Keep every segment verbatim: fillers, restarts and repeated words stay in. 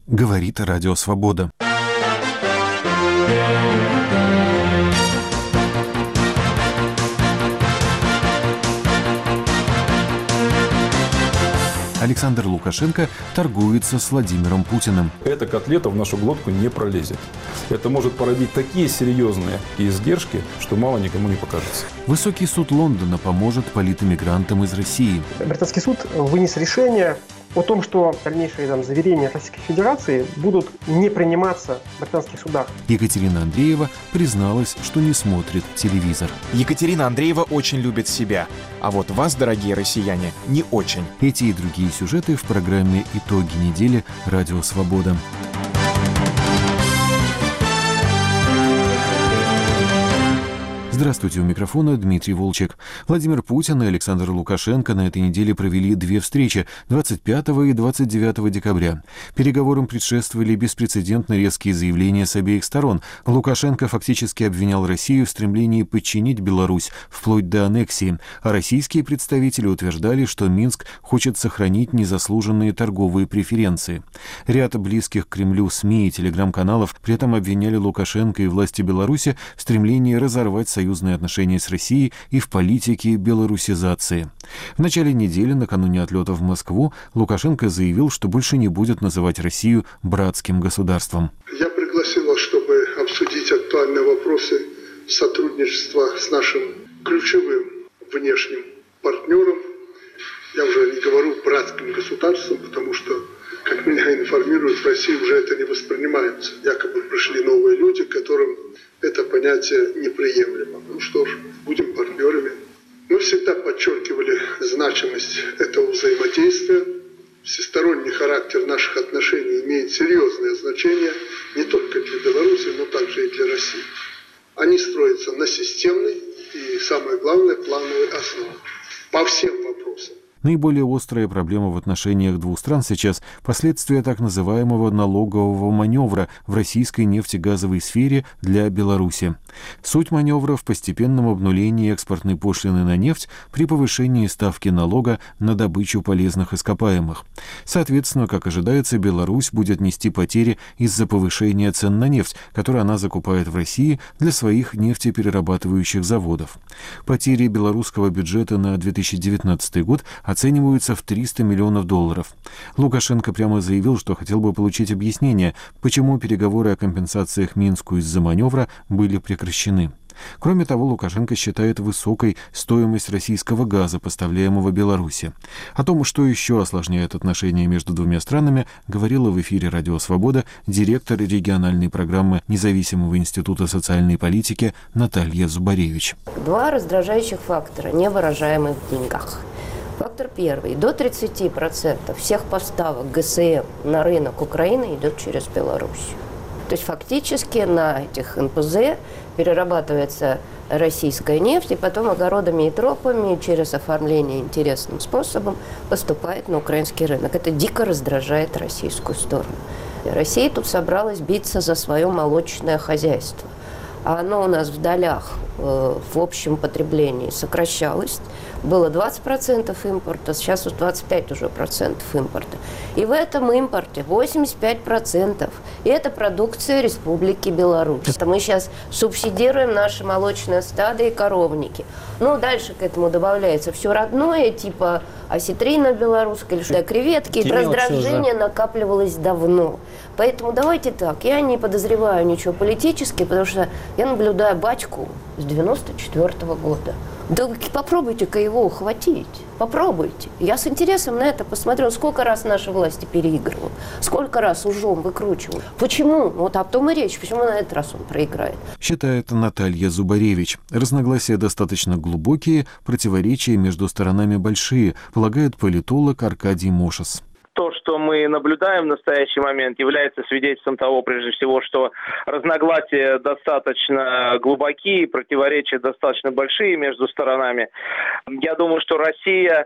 говорит Радио Свобода. Александр Лукашенко торгуется с Владимиром Путиным. Эта котлета в нашу глотку не пролезет. Это может породить такие серьезные издержки, что мало никому не покажется. Высокий суд Лондона поможет политэмигрантам из России. Британский суд вынес решение о том, что дальнейшие там, заверения Российской Федерации будут не приниматься в британских судах. Екатерина Андреева призналась, что не смотрит телевизор. Екатерина Андреева очень любит себя, а вот вас, дорогие россияне, не очень. Эти и другие сюжеты в программе «Итоги недели» Радио Свобода. Здравствуйте, у микрофона Дмитрий Волчек. Владимир Путин и Александр Лукашенко на этой неделе провели две встречи двадцать пятого и двадцать девятого декабря. Переговорам предшествовали беспрецедентно резкие заявления с обеих сторон. Лукашенко фактически обвинял Россию в стремлении подчинить Беларусь, вплоть до аннексии, а российские представители утверждали, что Минск хочет сохранить незаслуженные торговые преференции. Ряд близких к Кремлю СМИ и телеграм-каналов при этом обвиняли Лукашенко и власти Беларуси в стремлении разорвать союз отношения с Россией и в политике белорусизации. В начале недели, накануне отлета в Москву, Лукашенко заявил, что больше не будет называть Россию братским государством. Я пригласил вас, чтобы обсудить актуальные вопросы сотрудничества с нашим ключевым внешним партнером. Я уже не говорю братским государством, потому что, как меня информируют, в России уже это не воспринимается. Якобы пришли новые люди, которым это понятие неприемлемо. Ну что ж, будем партнерами. Мы всегда подчеркивали значимость этого взаимодействия. Всесторонний характер наших отношений имеет серьезное значение не только для Беларуси, но также и для России. Они строятся на системной и, самое главное, плановой основе. По всем вопросам. Наиболее острая проблема в отношениях двух стран сейчас – последствия так называемого налогового маневра в российской нефтегазовой сфере для Беларуси. Суть маневра в постепенном обнулении экспортной пошлины на нефть при повышении ставки налога на добычу полезных ископаемых. Соответственно, как ожидается, Беларусь будет нести потери из-за повышения цен на нефть, которую она закупает в России для своих нефтеперерабатывающих заводов. Потери белорусского бюджета на две тысячи девятнадцатый год оцениваются в триста миллионов долларов. Лукашенко прямо заявил, что хотел бы получить объяснение, почему переговоры о компенсациях Минску из-за маневра были прекращены. Кроме того, Лукашенко считает высокой стоимость российского газа, поставляемого Беларуси. О том, что еще осложняет отношения между двумя странами, говорила в эфире «Радио Свобода» директор региональной программы Независимого института социальной политики Наталья Зубаревич. Два раздражающих фактора, не выражаемых в деньгах. Фактор первый. До тридцати процентов всех поставок ГСМ на рынок Украины идет через Беларусь. То есть фактически на этих эн пэ зэ перерабатывается российская нефть, и потом огородами и тропами через оформление интересным способом поступает на украинский рынок. Это дико раздражает российскую сторону. Россия тут собралась биться за свое молочное хозяйство. А оно у нас в долях э, в общем потреблении сокращалось. Было двадцать процентов импорта, сейчас уже двадцать пять уже процентов импорта. И в этом импорте восемьдесят пять процентов. И это продукция Республики Беларусь. Это мы сейчас субсидируем наши молочные стада и коровники. Ну, дальше к этому добавляется все родное, типа осетрина белорусская, или что-то, креветки. Тем раздражение накапливалось давно. Поэтому давайте так, я не подозреваю ничего политически, потому что я наблюдаю батьку с девяносто четвёртого года. Да попробуйте-ка его ухватить. Попробуйте. Я с интересом на это посмотрел, сколько раз наши власти переигрывал, сколько раз ужом выкручивал. Почему? Вот об том и речь. Почему на этот раз он проиграет? Считает Наталья Зубаревич. Разногласия достаточно глубокие, противоречия между сторонами большие, полагает политолог Аркадий Мошес. То, что мы наблюдаем в настоящий момент, является свидетельством того, прежде всего, что разногласия достаточно глубокие, противоречия достаточно большие между сторонами. Я думаю, что Россия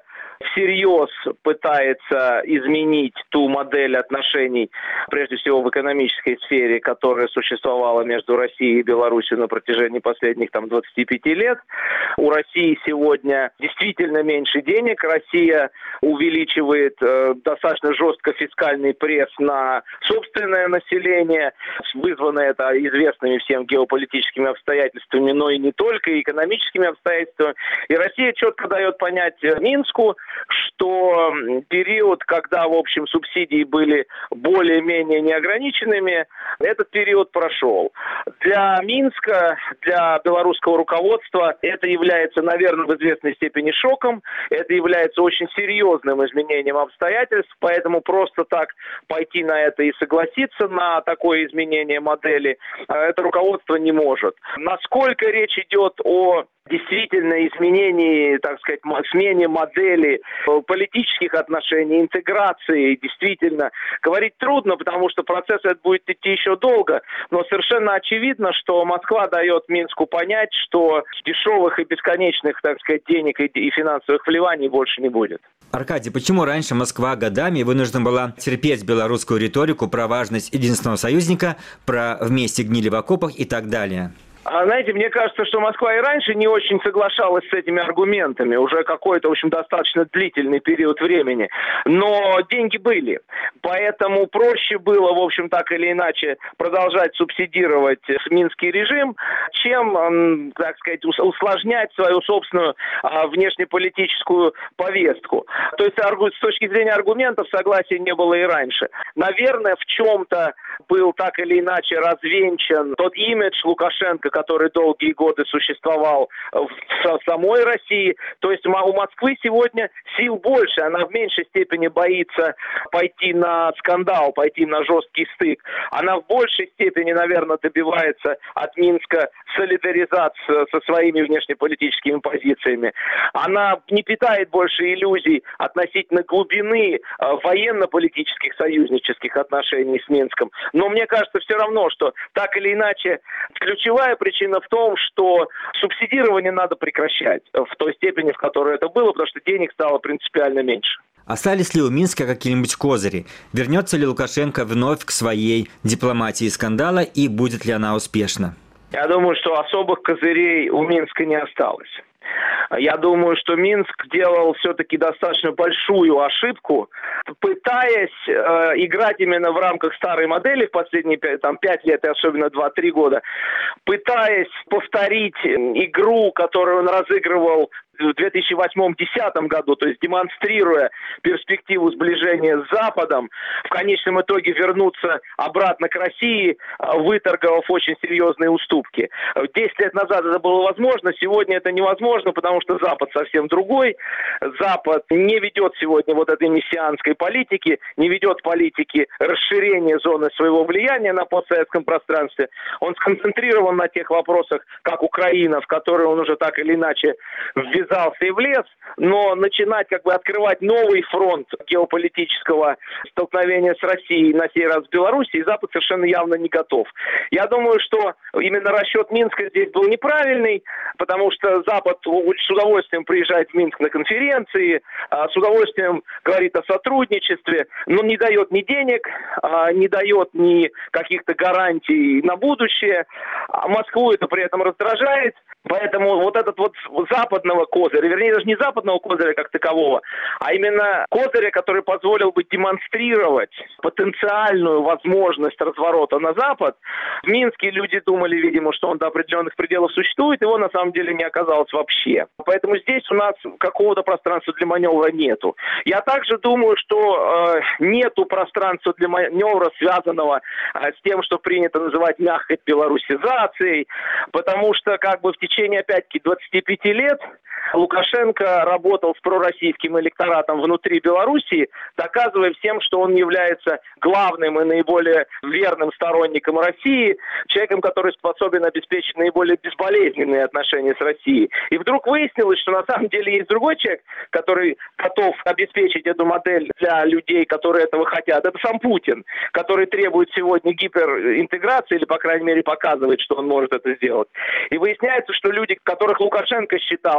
всерьез пытается изменить ту модель отношений, прежде всего в экономической сфере, которая существовала между Россией и Беларусью на протяжении последних там, двадцати пяти лет. У России сегодня действительно меньше денег. Россия увеличивает э, достаточно жестко фискальный пресс на собственное население. Вызвано это известными всем геополитическими обстоятельствами, но и не только, и экономическими обстоятельствами. И Россия четко дает понять Минску, что период, когда, в общем, субсидии были более-менее неограниченными, этот период прошел. Для Минска, для белорусского руководства это является, наверное, в известной степени шоком, это является очень серьезным изменением обстоятельств, поэтому просто так пойти на это и согласиться на такое изменение модели это руководство не может. Насколько речь идет о действительно изменении, так сказать, смене модели политических отношений, интеграции, действительно, говорить трудно, потому что процесс этот будет идти еще долго, но совершенно очевидно, что Москва дает Минску понять, что дешевых и бесконечных, так сказать, денег и финансовых вливаний больше не будет. Аркадий, почему раньше Москва годами вынуждена была терпеть белорусскую риторику про важность единственного союзника, про «вместе гнили в окопах» и так далее? А знаете, мне кажется, что Москва и раньше не очень соглашалась с этими аргументами, уже какой-то, в общем, достаточно длительный период времени. Но деньги были, поэтому проще было, в общем, так или иначе продолжать субсидировать минский режим, чем, так сказать, усложнять свою собственную внешнеполитическую повестку. То есть с точки зрения аргументов согласия не было и раньше. Наверное, в чем-то был так или иначе развенчан тот имидж Лукашенко, который долгие годы существовал в самой России. То есть у Москвы сегодня сил больше, она в меньшей степени боится пойти на скандал, пойти на жесткий стык. Она в большей степени, наверное, добивается от Минска солидаризации со своими внешнеполитическими позициями. Она не питает больше иллюзий относительно глубины военно-политических союзнических отношений с Минском. Но мне кажется все равно, что так или иначе ключевая причина в том, что субсидирование надо прекращать в той степени, в которой это было, потому что денег стало принципиально меньше. Остались ли у Минска какие-нибудь козыри? Вернется ли Лукашенко вновь к своей дипломатии скандала и будет ли она успешна? Я думаю, что особых козырей у Минска не осталось. Я думаю, что Минск делал все-таки достаточно большую ошибку, пытаясь э, играть именно в рамках старой модели в последние пять, там, пять лет и особенно два-три года, пытаясь повторить игру, которую он разыгрывал в две тысячи восьмом — две тысячи десятом году, то есть демонстрируя перспективу сближения с Западом, в конечном итоге вернуться обратно к России, выторговав очень серьезные уступки. Десять лет назад это было возможно, сегодня это невозможно, потому что Запад совсем другой. Запад не ведет сегодня вот этой мессианской политики, не ведет политики расширения зоны своего влияния на постсоветском пространстве. Он сконцентрирован на тех вопросах, как Украина, в которые он уже так или иначе ввязался и влез, но начинать как бы открывать новый фронт геополитического столкновения с Россией, на сей раз с Белоруссией, Запад совершенно явно не готов. Я думаю, что именно расчет Минска здесь был неправильный, потому что Запад с удовольствием приезжает в Минск на конференции, с удовольствием говорит о сотрудничестве, но не дает ни денег, не дает ни каких-то гарантий на будущее. А Москву это при этом раздражает. Поэтому вот этот вот западного козыря, вернее, даже не западного козыря как такового, а именно козыря, который позволил бы демонстрировать потенциальную возможность разворота на Запад, в Минске люди думали, видимо, что он до определенных пределов существует, его на самом деле не оказалось вообще. Поэтому здесь у нас какого-то пространства для маневра нету. Я также думаю, что э, нету пространства для маневра, связанного э, с тем, что принято называть мягкой белорусизацией, потому что как бы в течение В течение, опять-таки, двадцати пяти лет Лукашенко работал с пророссийским электоратом внутри Белоруссии, доказывая всем, что он является главным и наиболее верным сторонником России, человеком, который способен обеспечить наиболее безболезненные отношения с Россией. И вдруг выяснилось, что на самом деле есть другой человек, который готов обеспечить эту модель для людей, которые этого хотят. Это сам Путин, который требует сегодня гиперинтеграции, или, по крайней мере, показывает, что он может это сделать. И выясняется, что люди, которых Лукашенко считал, и которые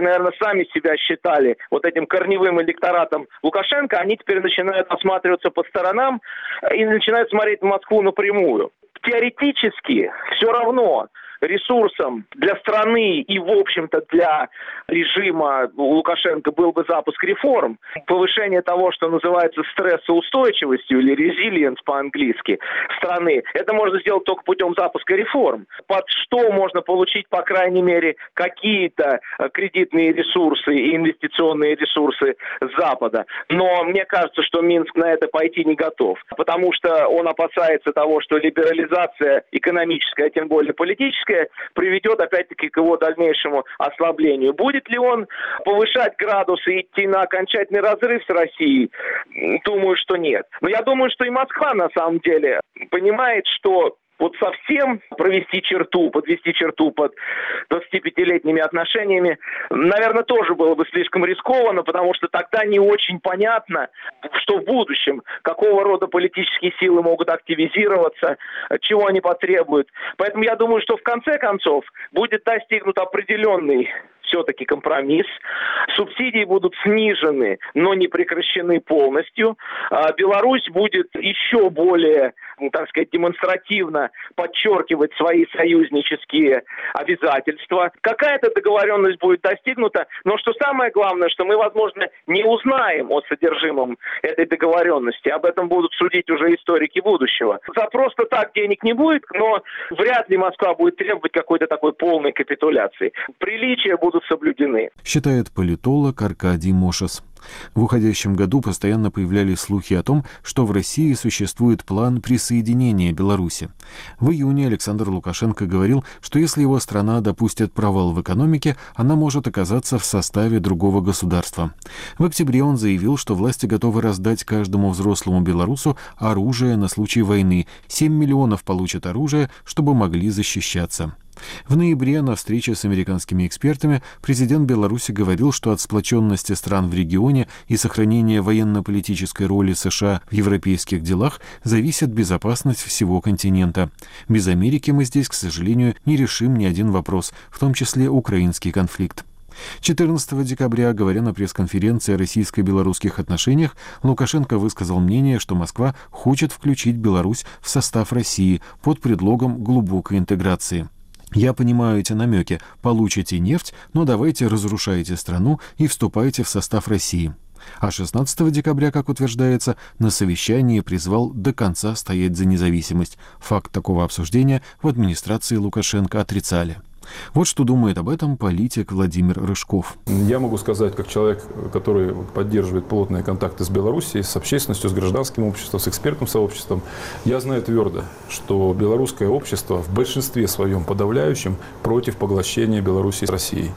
наверное, сами себя считали вот этим корневым электоратом Лукашенко, они теперь начинают осматриваться по сторонам и начинают смотреть на Москву напрямую. Теоретически все равно ресурсом для страны и, в общем-то, для режима Лукашенко был бы запуск реформ, повышение того, что называется стрессоустойчивостью или resilience по-английски страны. Это можно сделать только путем запуска реформ. Под что можно получить, по крайней мере, какие-то кредитные ресурсы и инвестиционные ресурсы с Запада. Но мне кажется, что Минск на это пойти не готов, потому что он опасается того, что либерализация экономическая, а тем более политическая, приведет опять-таки к его дальнейшему ослаблению. Будет ли он повышать градус и идти на окончательный разрыв с Россией? Думаю, что нет. Но я думаю, что и Москва на самом деле понимает, что вот совсем провести черту, подвести черту под двадцатипятилетними отношениями, наверное, тоже было бы слишком рискованно, потому что тогда не очень понятно, что в будущем, какого рода политические силы могут активизироваться, чего они потребуют. Поэтому я думаю, что в конце концов будет достигнут определенный все-таки компромисс. Субсидии будут снижены, но не прекращены полностью. Беларусь будет еще более, так сказать, демонстративно подчеркивать свои союзнические обязательства. Какая-то договоренность будет достигнута, но что самое главное, что мы, возможно, не узнаем о содержимом этой договоренности. Об этом будут судить уже историки будущего. За просто так денег не будет, но вряд ли Москва будет требовать какой-то такой полной капитуляции. Приличия будут соблюдены. Считает политолог Аркадий Мошес. В уходящем году постоянно появлялись слухи о том, что в России существует план присоединения Беларуси. В июне Александр Лукашенко говорил, что если его страна допустит провал в экономике, она может оказаться в составе другого государства. В октябре он заявил, что власти готовы раздать каждому взрослому белорусу оружие на случай войны. семь миллионов получат оружие, чтобы могли защищаться. В ноябре на встрече с американскими экспертами президент Беларуси говорил, что от сплоченности стран в регионе и сохранения военно-политической роли США в европейских делах зависит безопасность всего континента. Без Америки мы здесь, к сожалению, не решим ни один вопрос, в том числе украинский конфликт. четырнадцатого декабря, говоря на пресс-конференции о российско-белорусских отношениях, Лукашенко высказал мнение, что Москва хочет включить Беларусь в состав России под предлогом глубокой интеграции. «Я понимаю эти намеки. Получите нефть, но давайте разрушайте страну и вступайте в состав России». А шестнадцатого декабря, как утверждается, на совещании призвал до конца стоять за независимость. Факт такого обсуждения в администрации Лукашенко отрицали. Вот что думает об этом политик Владимир Рыжков. Я могу сказать, как человек, который поддерживает плотные контакты с Белоруссией, с общественностью, с гражданским обществом, с экспертным сообществом, я знаю твердо, что белорусское общество в большинстве своем подавляющем против поглощения Белоруссии с Россией.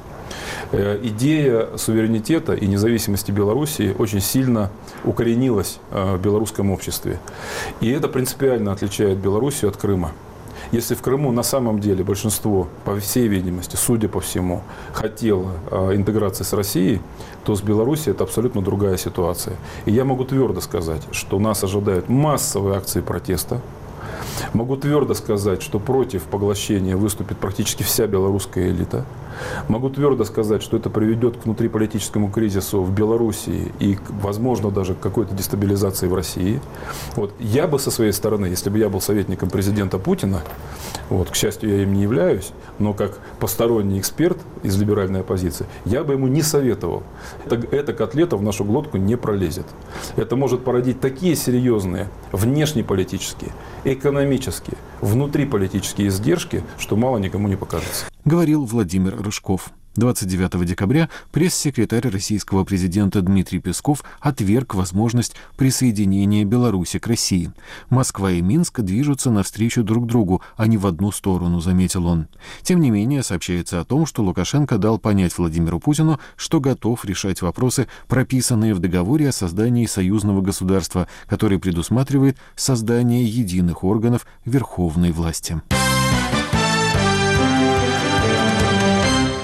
Идея суверенитета и независимости Белоруссии очень сильно укоренилась в белорусском обществе. И это принципиально отличает Белоруссию от Крыма. Если в Крыму на самом деле большинство, по всей видимости, судя по всему, хотело э, интеграции с Россией, то с Белоруссией это абсолютно другая ситуация. И я могу твердо сказать, что нас ожидают массовые акции протеста. Могу твердо сказать, что против поглощения выступит практически вся белорусская элита. Могу твердо сказать, что это приведет к внутриполитическому кризису в Белоруссии и, возможно, даже к какой-то дестабилизации в России. Вот. Я бы со своей стороны, если бы я был советником президента Путина, вот, к счастью, я им не являюсь, но как посторонний эксперт из либеральной оппозиции, я бы ему не советовал. Это, эта котлета в нашу глотку не пролезет. Это может породить такие серьезные внешнеполитические, экономические, внутриполитические издержки, что мало никому не покажется. Говорил Владимир Рыжков. двадцать девятого декабря пресс-секретарь российского президента Дмитрий Песков отверг возможность присоединения Беларуси к России. Москва и Минск движутся навстречу друг другу, а не в одну сторону, заметил он. Тем не менее, сообщается о том, что Лукашенко дал понять Владимиру Путину, что готов решать вопросы, прописанные в договоре о создании союзного государства, который предусматривает создание единых органов верховной власти.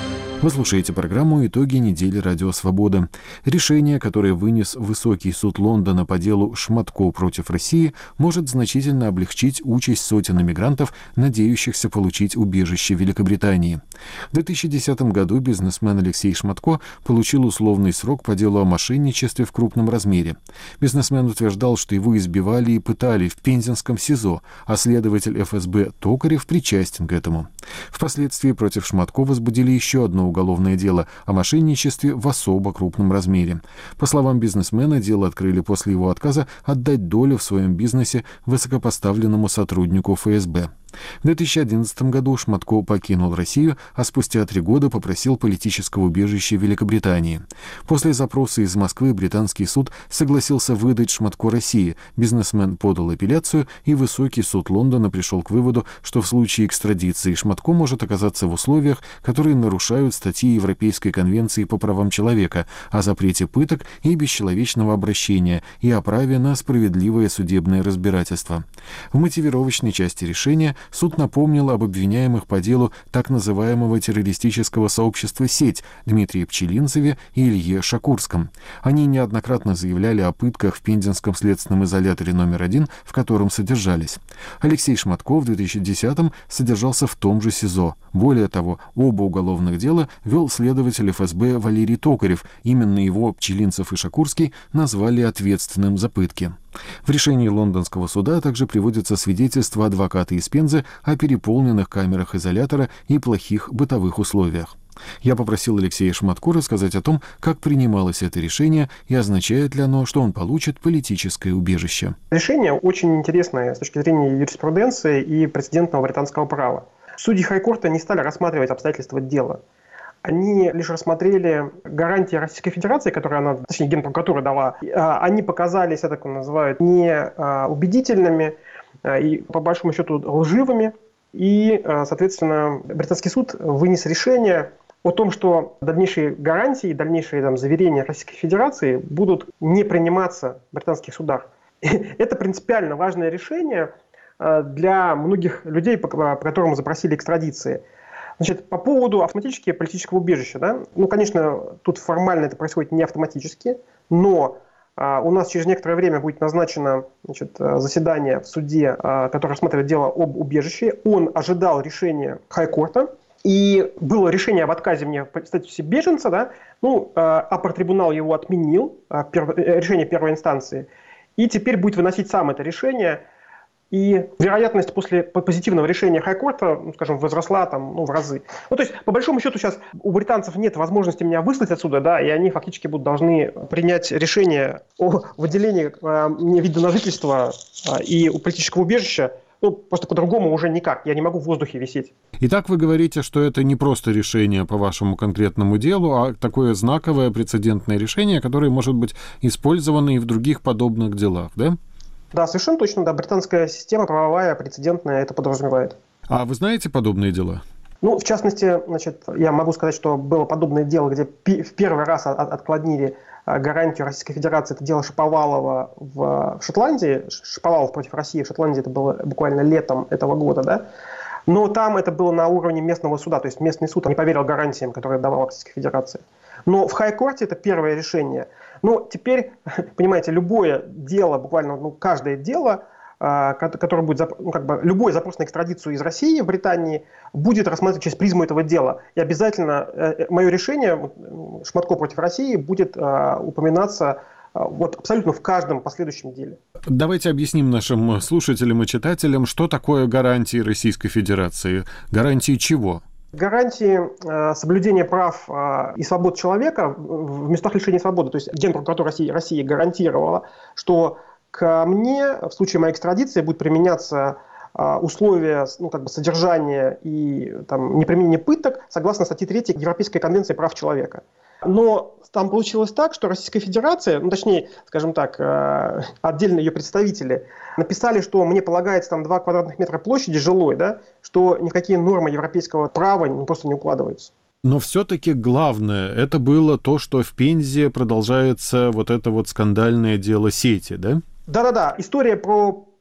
Вы слушаете программу «Итоги недели Радио Свобода». Решение, которое вынес Высокий суд Лондона по делу Шматко против России, может значительно облегчить участь сотен иммигрантов, надеющихся получить убежище в Великобритании. В две тысячи десятом году бизнесмен Алексей Шматко получил условный срок по делу о мошенничестве в крупном размере. Бизнесмен утверждал, что его избивали и пытали в Пензенском СИЗО, а следователь эф эс бэ Токарев причастен к этому. Впоследствии против Шматко возбудили еще одно уголовное дело о мошенничестве в особо крупном размере. По словам бизнесмена, дело открыли после его отказа отдать долю в своем бизнесе высокопоставленному сотруднику эф эс бэ. В две тысячи одиннадцатом году Шматко покинул Россию, а спустя три года попросил политического убежища в Великобритании. После запроса из Москвы британский суд согласился выдать Шматко России. Бизнесмен подал апелляцию, и Высокий суд Лондона пришел к выводу, что в случае экстрадиции Шматко может оказаться в условиях, которые нарушают статьи Европейской конвенции по правам человека о запрете пыток и бесчеловечного обращения и о праве на справедливое судебное разбирательство. В мотивировочной части решения суд напомнил об обвиняемых по делу так называемого террористического сообщества «Сеть» Дмитрии Пчелинцеве и Илье Шакурском. Они неоднократно заявляли о пытках в Пензенском следственном изоляторе номер один, в котором содержались. Алексей Шматко в две тысячи десятом содержался в том же СИЗО. Более того, оба уголовных дела вел следователь эф эс бэ Валерий Токарев. Именно его Пчелинцев и Шакурский назвали ответственным за пытки. В решении лондонского суда также приводятся свидетельства адвоката из Пензы о переполненных камерах изолятора и плохих бытовых условиях. Я попросил Алексея Шматко рассказать о том, как принималось это решение и означает ли оно, что он получит политическое убежище. Решение очень интересное с точки зрения юриспруденции и прецедентного британского права. Судьи Хайкорта не стали рассматривать обстоятельства дела. Они лишь рассмотрели гарантии Российской Федерации, которые она, точнее, Генпрокуратура дала. Они показались, я так называю, неубедительными и, по большому счету, лживыми. И, соответственно, британский суд вынес решение о том, что дальнейшие гарантии, дальнейшие там, заверения Российской Федерации будут не приниматься в британских судах. Это принципиально важное решение для многих людей, по которым запросили экстрадиции. Значит, по поводу автоматически политического убежища, да, ну, конечно, тут формально это происходит не автоматически, но а, у нас через некоторое время будет назначено, значит, заседание в суде, а, которое рассматривает дело об убежище. Он ожидал решения Хайкорта, и было решение об отказе мне в статусе беженца, да, ну, а, аппартрибунал его отменил, а, перв... решение первой инстанции, и теперь будет выносить сам это решение. И вероятность после позитивного решения Хайкорта, ну, скажем, возросла там, ну, в разы. Ну, то есть, по большому счету, сейчас у британцев нет возможности меня выслать отсюда, да, и они фактически будут должны принять решение о выделении э, мне вида на жительство э, и у политического убежища. Ну, просто по-другому уже никак. Я не могу в воздухе висеть. Итак, вы говорите, что это не просто решение по вашему конкретному делу, а такое знаковое прецедентное решение, которое может быть использовано и в других подобных делах, да? Да, совершенно точно, да. Британская система правовая, прецедентная, это подразумевает. А вы знаете подобные дела? Ну, в частности, значит, я могу сказать, что было подобное дело, где в первый раз от отклонили гарантию Российской Федерации. Это дело Шаповалова в Шотландии. Шаповалов против России в Шотландии, это было буквально летом этого года, да. Но там это было на уровне местного суда, то есть местный суд не поверил гарантиям, которые давала Российская Федерация. Но в Хайкорте это первое решение. Но теперь, понимаете, любое дело, буквально ну, каждое дело, которое будет, ну, как бы, любой запрос на экстрадицию из России в Британии будет рассматривать через призму этого дела. И обязательно мое решение, Шматко против России, будет упоминаться вот абсолютно в каждом последующем деле. Давайте объясним нашим слушателям и читателям, что такое гарантии Российской Федерации. Гарантии чего? Гарантии э, соблюдения прав э, и свобод человека в местах лишения свободы. То есть Генпрокуратура России, России гарантировала, что ко мне в случае моей экстрадиции будет применяться э, условия ну, как бы содержания и там, неприменения пыток согласно статье третьей Европейской конвенции прав человека. Но там получилось так, что Российская Федерация, ну точнее, скажем так, э, отдельно ее представители, написали, что мне полагается там два квадратных метра площади жилой, да, что ни в какие нормы европейского права ну, просто не укладываются. Но все-таки главное, это было то, что в Пензе продолжается вот это вот скандальное дело сети, да? Да-да-да, история про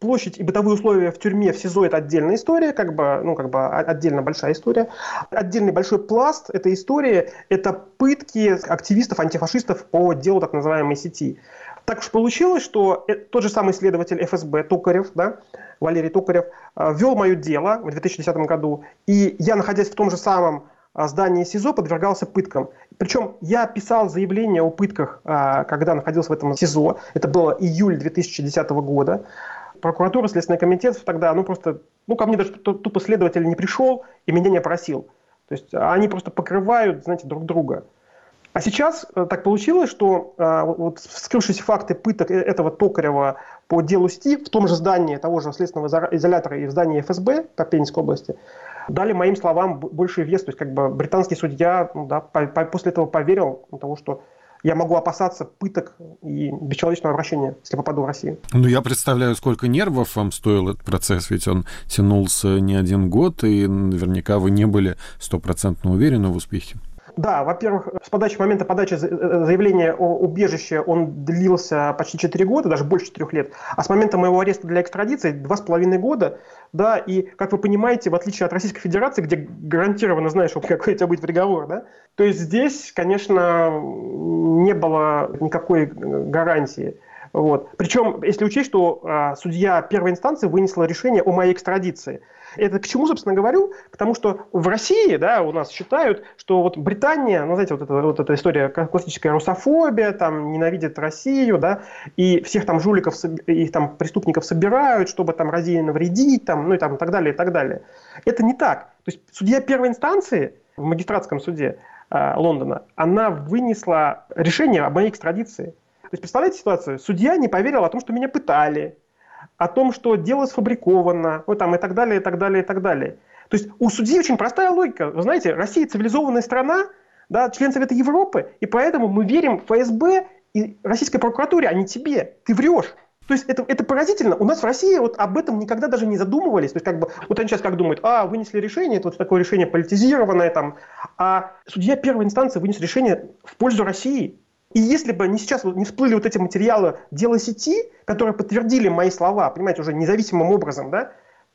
площадь и бытовые условия в тюрьме, в СИЗО – это отдельная история, как бы, ну, как бы отдельно большая история. Отдельный большой пласт этой истории – это пытки активистов, антифашистов по делу так называемой сети. Так уж получилось, что тот же самый следователь эф эс бэ Токарев, да, Валерий Токарев, вел мое дело в две тысячи десятом году, и я, находясь в том же самом здании СИЗО, подвергался пыткам. Причем я писал заявление о пытках, когда находился в этом СИЗО, это было июль две тысячи десятого года. Прокуратура, Следственный комитет тогда, ну просто, ну ко мне даже тупо следователь не пришел и меня не опросил. То есть они просто покрывают, знаете, друг друга. А сейчас так получилось, что а, вот вскрывшиеся факты пыток этого Токарева по делу сети в том же здании того же следственного изолятора и в здании эф эс бэ по Пензенской области дали моим словам больший вес. То есть как бы британский судья, ну, да, по, по, после этого поверил в того, что я могу опасаться пыток и бесчеловечного обращения, если попаду в Россию. Ну, я представляю, сколько нервов вам стоил этот процесс, ведь он тянулся не один год, и наверняка вы не были стопроцентно уверены в успехе. Да, во-первых, с подачи момента подачи заявления о убежище он длился почти четыре года, даже больше четырех лет, а с момента моего ареста для экстрадиции два с половиной года, да, и, как вы понимаете, в отличие от Российской Федерации, где гарантированно знаешь, какой у тебя будет приговор, да, то есть здесь, конечно, не было никакой гарантии. Вот. Причем, если учесть, что а, судья первой инстанции вынесла решение о моей экстрадиции. Это к чему, собственно, говорю? К тому, что в России, да, у нас считают, что вот Британия, ну, знаете, вот эта, вот эта история, классическая русофобия, там, ненавидит Россию, да, и всех там жуликов, их там преступников собирают, чтобы там России навредить, там, ну, и там, и так далее, и так далее. Это не так. То есть судья первой инстанции в магистратском суде э, Лондона, она вынесла решение о моей экстрадиции. То есть, представляете ситуацию? Судья не поверил о том, что меня пытали, о том, что дело сфабриковано, ну, там, и так далее, и так далее, и так далее. То есть у судьи очень простая логика. Вы знаете, Россия цивилизованная страна, да, член Совета Европы, и поэтому мы верим в эф эс бэ и российской прокуратуре, а не тебе. Ты врешь. То есть это, это поразительно. У нас в России вот об этом никогда даже не задумывались. То есть как бы, вот они сейчас как думают, а, вынесли решение, это вот такое решение политизированное, там, а судья первой инстанции вынес решение в пользу России. И если бы не сейчас не всплыли вот эти материалы дела сети, которые подтвердили мои слова, понимаете, уже независимым образом, да,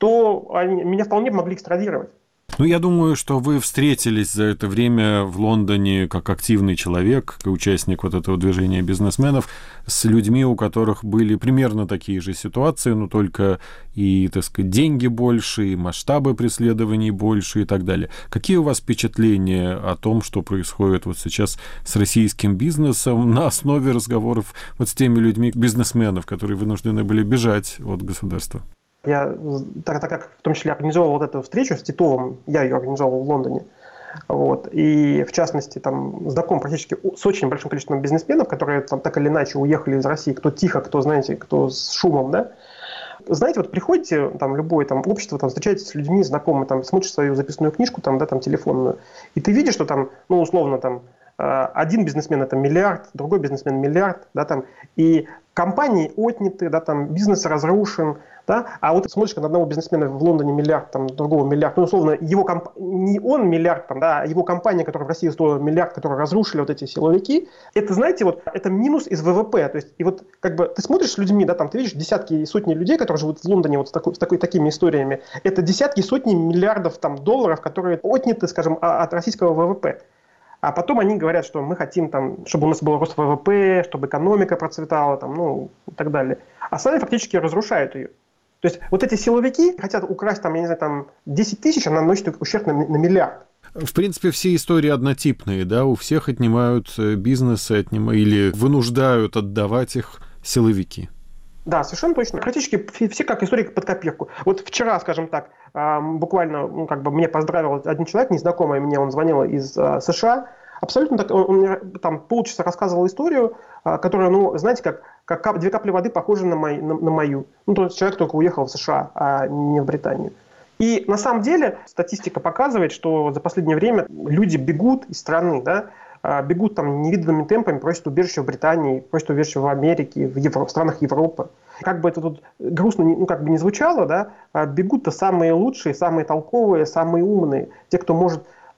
то они, меня вполне могли экстрадировать. Ну, я думаю, что вы встретились за это время в Лондоне как активный человек, как участник вот этого движения бизнесменов, с людьми, у которых были примерно такие же ситуации, но только и, так сказать, деньги больше, и масштабы преследований больше и так далее. Какие у вас впечатления о том, что происходит вот сейчас с российским бизнесом на основе разговоров вот с теми людьми, бизнесменов, которые вынуждены были бежать от государства? Я, так, так как в том числе организовал вот эту встречу с Титовым, я ее организовал в Лондоне, вот, и в частности там знаком практически с очень большим количеством бизнесменов, которые там так или иначе уехали из России, кто тихо, кто, знаете, кто с шумом, да. Знаете, вот приходите, там, любое там, общество, там, встречаетесь с людьми, знакомыми, там, смотришь свою записную книжку, там, да, там, телефонную, и ты видишь, что там, ну, условно, там, один бизнесмен – это миллиард, другой бизнесмен – миллиард, да, там, и компании отняты, да, там, бизнес разрушен, да, а вот смотришь на одного бизнесмена в Лондоне миллиард, там, другого миллиард, ну, условно, его комп... не он миллиард, там, да, а его компания, которая в России стоила миллиард, которую разрушили вот эти силовики, это, знаете, вот, это минус из вэ вэ пэ, то есть, и вот, как бы, ты смотришь с людьми, да, там, ты видишь десятки и сотни людей, которые живут в Лондоне вот с, такой, с такой, такими историями, это десятки и сотни миллиардов, там, долларов, которые отняты, скажем, от российского вэ вэ пэ. А потом они говорят, что мы хотим, там, чтобы у нас был рост вэ вэ пэ, чтобы экономика процветала, там, ну, и так далее. А сами фактически разрушают ее. То есть вот эти силовики хотят украсть, там, я не знаю, там, десять тысяч, а наносят ущерб на, на миллиард. В принципе, все истории однотипные, да, у всех отнимают бизнесы, отнимают, или вынуждают отдавать их силовики. Да, совершенно точно. Практически все как истории под копирку. Вот вчера, скажем так, буквально, ну, как бы мне поздравил один человек, незнакомый мне, он звонил из США. Абсолютно так, он, он мне там полчаса рассказывал историю, которая, ну, знаете, как, как кап, две капли воды похожи на, мой, на, на мою. Ну, то есть человек только уехал в США, а не в Британию. И на самом деле статистика показывает, что за последнее время люди бегут из страны, да, бегут там невиданными темпами, просят убежище в Британии, просят убежище в Америке, в, Евро, в странах Европы. Как бы это тут грустно, ну, как бы не звучало, да, бегут-то самые лучшие, самые толковые, самые умные, те, кто может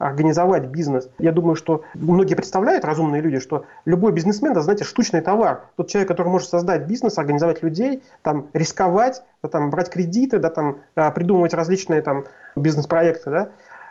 организовать бизнес. Я думаю, что многие представляют, разумные люди, что любой бизнесмен, это, знаете, штучный товар. Тот человек, который может создать бизнес, организовать людей, там, рисковать, да, там, брать кредиты, да, там, придумывать различные там, бизнес-проекты, да.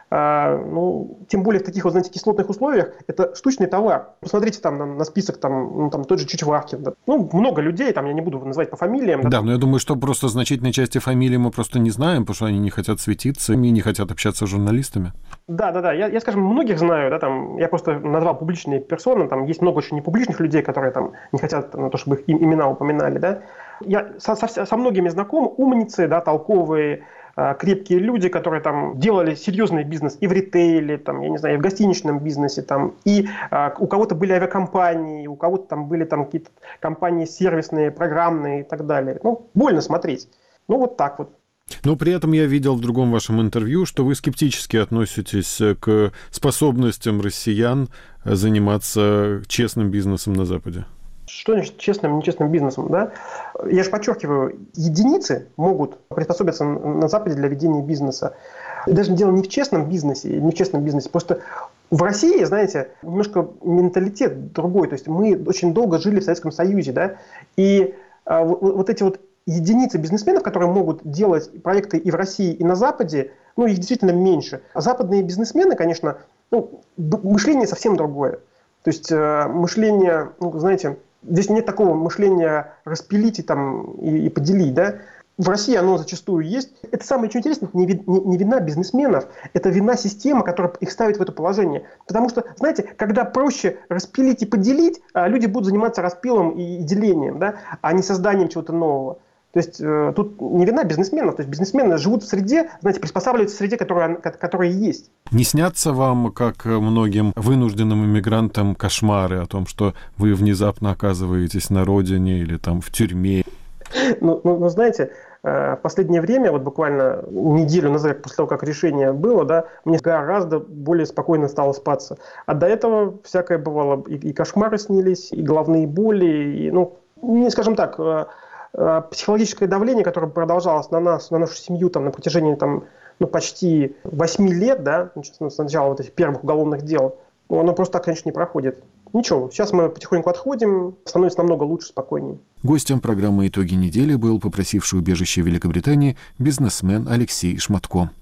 А, ну, тем более в таких, вот, знаете, кислотных условиях, это штучный товар. Посмотрите там на, на список, там, ну, там тот же Чичваркин. Да. Ну, много людей, там, я не буду называть по фамилиям. Да, да, да, но я думаю, что просто значительной части фамилий мы просто не знаем, потому что они не хотят светиться и не хотят общаться с журналистами. Да, да, да. Я, я, скажем, многих знаю, да, там, я просто назвал публичные персоны, там есть много очень непубличных людей, которые там не хотят на то, чтобы их имена упоминали, да. Я со, со, со многими знаком, умницы, да, толковые, крепкие люди, которые там делали серьезный бизнес и в ритейле, там, я не знаю, и в гостиничном бизнесе, там, и а, у кого-то были авиакомпании, у кого-то там были там какие-то компании сервисные, программные и так далее. Ну, больно смотреть. Ну, вот так вот. Но при этом я видел в другом вашем интервью, что вы скептически относитесь к способностям россиян заниматься честным бизнесом на Западе. Что значит честным, нечестным бизнесом? Да? Я же подчеркиваю, единицы могут приспособиться на Западе для ведения бизнеса. И даже дело не в честном бизнесе, не в честном бизнесе. Просто в России, знаете, немножко менталитет другой. То есть мы очень долго жили в Советском Союзе. Да? И а, вот, вот эти вот единицы бизнесменов, которые могут делать проекты и в России, и на Западе, ну, их действительно меньше. А западные бизнесмены, конечно, ну, мышление совсем другое. То есть э, мышление, ну, знаете... Здесь нет такого мышления распилить и, там, и, и поделить. Да? В России оно зачастую есть. Это самое что интересное, не, ви, не, не вина бизнесменов, это вина системы, которая их ставит в это положение. Потому что, знаете, когда проще распилить и поделить, люди будут заниматься распилом и, и делением, да? А не созданием чего-то нового. То есть э, тут не вина бизнесменов. То есть бизнесмены живут в среде, знаете, приспосабливаются к среде, которая, которая есть. Не снятся вам, как многим вынужденным иммигрантам, кошмары о том, что вы внезапно оказываетесь на родине или там в тюрьме? Ну, ну, ну знаете, э, в последнее время, вот буквально неделю назад, после того, как решение было, да, мне гораздо более спокойно стало спаться. А до этого всякое бывало. И, и кошмары снились, и головные боли, и, ну, не скажем так... Э, психологическое давление, которое продолжалось на нас, на нашу семью там, на протяжении там, ну, почти восьми лет, да, с начала вот этих первых уголовных дел, ну, оно просто так, конечно, не проходит. Ничего, сейчас мы потихоньку отходим, становится намного лучше, спокойнее. Гостем программы «Итоги недели» был попросивший убежище в Великобритании бизнесмен Алексей Шматко.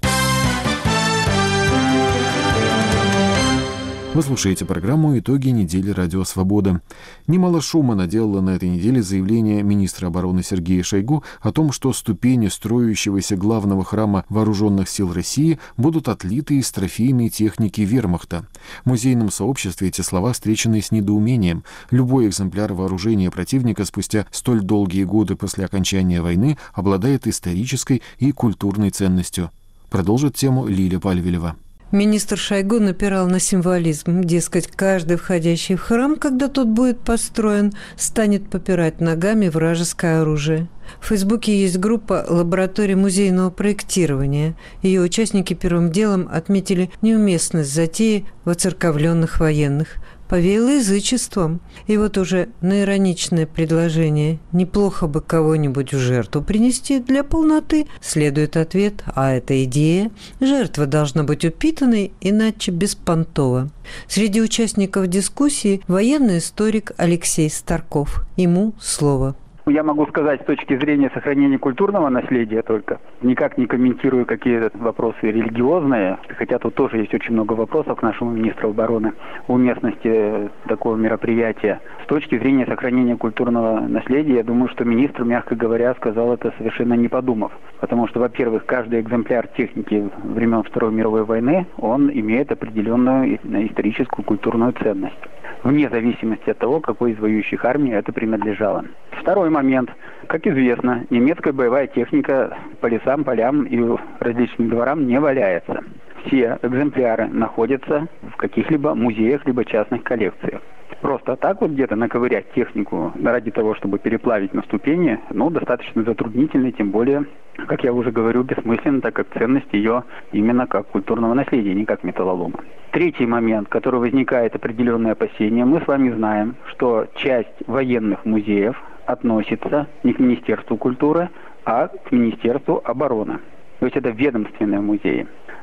Вы слушаете программу «Итоги недели Радио Свобода». Немало шума наделало на этой неделе заявление министра обороны Сергея Шойгу о том, что ступени строящегося главного храма Вооруженных сил России будут отлиты из трофейной техники вермахта. В музейном сообществе эти слова встречены с недоумением. Любой экземпляр вооружения противника спустя столь долгие годы после окончания войны обладает исторической и культурной ценностью. Продолжит тему Лиля Пальвелева. Министр Шойгу напирал на символизм. Дескать, каждый входящий в храм, когда тот будет построен, станет попирать ногами вражеское оружие. В Фейсбуке есть группа «Лаборатория музейного проектирования». Ее участники первым делом отметили неуместность затеи воцерковленных военных. Повеяло язычеством. И вот уже на ироничное предложение «неплохо бы кого-нибудь в жертву принести для полноты» следует ответ «а это идея». Жертва должна быть упитанной, иначе беспонтово. Среди участников дискуссии военный историк Алексей Старков. Ему слово. Я могу сказать с точки зрения сохранения культурного наследия только. Никак не комментирую какие-то вопросы религиозные, хотя тут тоже есть очень много вопросов к нашему министру обороны о уместности такого мероприятия. С точки зрения сохранения культурного наследия, я думаю, что министр, мягко говоря, сказал это совершенно не подумав. Потому что, во-первых, каждый экземпляр техники времен Второй мировой войны, он имеет определенную историческую культурную ценность, вне зависимости от того, какой из воюющих армий это принадлежало. Второй момент. Как известно, немецкая боевая техника по лесам, полям и различным дворам не валяется. Все экземпляры находятся в каких-либо музеях, либо частных коллекциях. Просто так вот где-то наковырять технику ради того, чтобы переплавить на ступени, ну, достаточно затруднительно, тем более, как я уже говорю, бессмысленно, так как ценность ее именно как культурного наследия, не как металлолома. Третий момент, который возникает определенное опасение, мы с вами знаем, что часть военных музеев относится не к Министерству культуры, а к Министерству обороны. То есть это ведомственные музеи.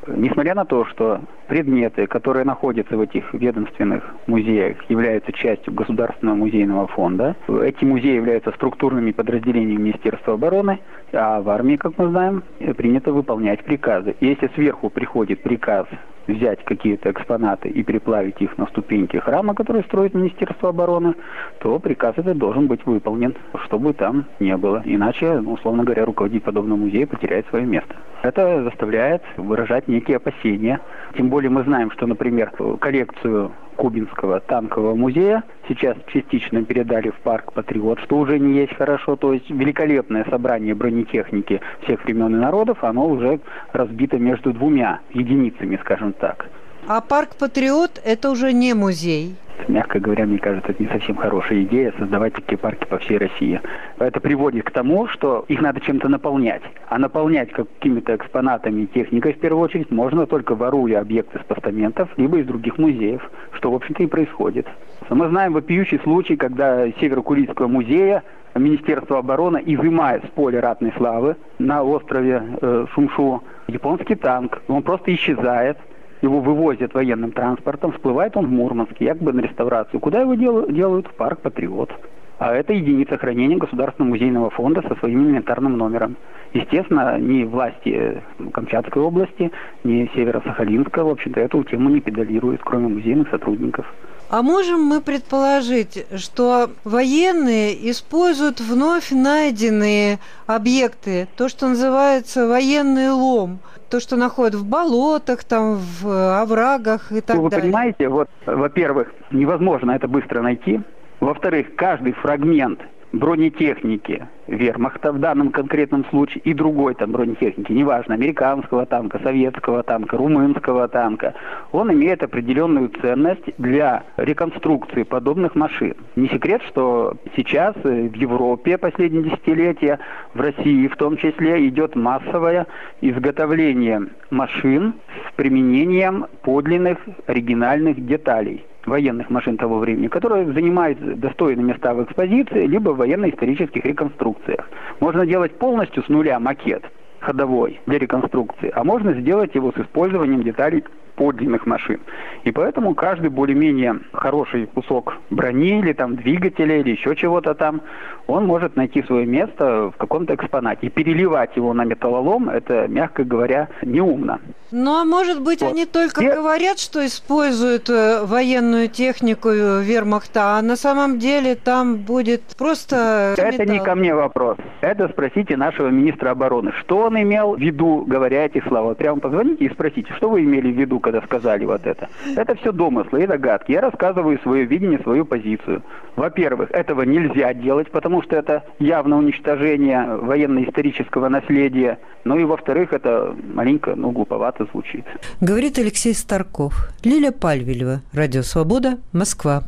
Несмотря на то, что предметы, которые находятся в этих ведомственных музеях, являются частью Государственного музейного фонда, эти музеи являются структурными подразделениями Министерства обороны, а в армии, как мы знаем, принято выполнять приказы. И если сверху приходит приказ взять какие-то экспонаты и переплавить их на ступеньки храма, который строит Министерство обороны, то приказ этот должен быть выполнен, что бы там ни было. Иначе, ну, условно говоря, руководитель подобного музея потеряет свое место. Это заставляет выражать некие опасения. Тем более мы знаем, что, например, коллекцию Кубинского танкового музея сейчас частично передали в парк «Патриот», что уже не есть хорошо. То есть великолепное собрание бронетехники всех времен и народов, оно уже разбито между двумя единицами, скажем так. А парк «Патриот» – это уже не музей. Мягко говоря, мне кажется, это не совсем хорошая идея создавать такие парки по всей России. Это приводит к тому, что их надо чем-то наполнять. А наполнять какими-то экспонатами и техникой, в первую очередь, можно только воруя объекты с постаментов, либо из других музеев, что, в общем-то, и происходит. Мы знаем вопиющий случай, когда с Северо-Курильского музея Министерство обороны изымает с поля ратной славы на острове э, Шумшу японский танк. Он просто исчезает. Его вывозят военным транспортом, всплывает он в Мурманске, якобы на реставрацию. Куда его дел- делают? В парк «Патриот». А это единица хранения Государственного музейного фонда со своим инвентарным номером. Естественно, ни власти Камчатской области, ни Северо-Сахалинска, в общем-то, эту тему не педалируют, кроме музейных сотрудников. А можем мы предположить, что военные используют вновь найденные объекты, то, что называется военный лом, то, что находят в болотах, там, в оврагах и так Вы далее? Вы понимаете, вот, во-первых, невозможно это быстро найти. Во-вторых, каждый фрагмент бронетехники вермахта в данном конкретном случае и другой там бронетехники, неважно, американского танка, советского танка, румынского танка, он имеет определенную ценность для реконструкции подобных машин. Не секрет, что сейчас в Европе последние десятилетия, в России в том числе, идет массовое изготовление машин с применением подлинных оригинальных деталей военных машин того времени, которые занимают достойные места в экспозиции, либо в военно-исторических реконструкциях. Можно делать полностью с нуля макет ходовой для реконструкции, а можно сделать его с использованием деталей подлинных машин. И поэтому каждый более-менее хороший кусок брони или там двигателя или еще чего-то там, он может найти свое место в каком-то экспонате. И переливать его на металлолом, это, мягко говоря, неумно. Ну, а может быть, вот. Они только И... говорят, что используют военную технику вермахта, а на самом деле там будет просто Это металл. Не ко мне вопрос. Это спросите нашего министра обороны. Что он имел в виду, говоря эти слова? Прямо позвоните и спросите, что вы имели в виду, когда сказали вот это. Это все домыслы и догадки. Я рассказываю свое видение, свою позицию. Во-первых, этого нельзя делать, потому что это явно уничтожение военно-исторического наследия. Ну и во-вторых, это маленько, ну, глуповато звучит. Говорит Алексей Старков. Лиля Пальвелева. Радио «Свобода», Москва.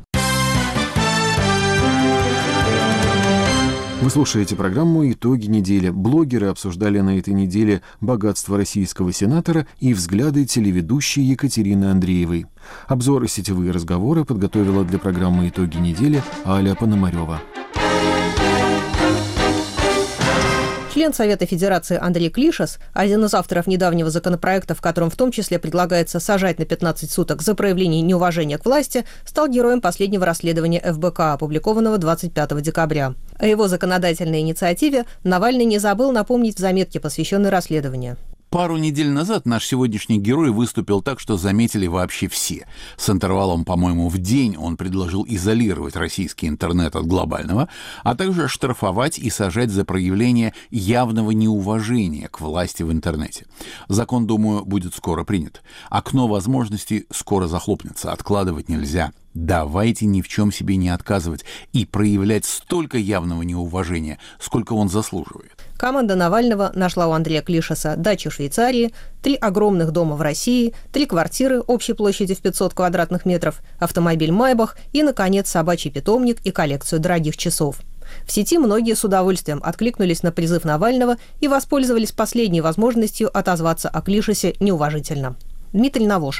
Вы слушаете программу «Итоги недели». Блогеры обсуждали на этой неделе богатство российского сенатора и взгляды телеведущей Екатерины Андреевой. Обзоры и сетевые разговоры подготовила для программы «Итоги недели» Аля Пономарева. Член Совета Федерации Андрей Клишес, один из авторов недавнего законопроекта, в котором в том числе предлагается сажать на пятнадцать суток за проявление неуважения к власти, стал героем последнего расследования эф бэ ка, опубликованного двадцать пятого декабря. О его законодательной инициативе Навальный не забыл напомнить в заметке, посвященной расследованию. Пару недель назад наш сегодняшний герой выступил так, что заметили вообще все. С интервалом, по-моему, в день он предложил изолировать российский интернет от глобального, а также штрафовать и сажать за проявление явного неуважения к власти в интернете. Закон, думаю, будет скоро принят. Окно возможностей скоро захлопнется, откладывать нельзя. Давайте ни в чем себе не отказывать и проявлять столько явного неуважения, сколько он заслуживает. Команда Навального нашла у Андрея Клишеса дачу в Швейцарии, три огромных дома в России, три квартиры общей площадью в пятьсот квадратных метров, автомобиль «Майбах» и, наконец, собачий питомник и коллекцию дорогих часов. В сети многие с удовольствием откликнулись на призыв Навального и воспользовались последней возможностью отозваться о Клишесе неуважительно. Дмитрий Навоша.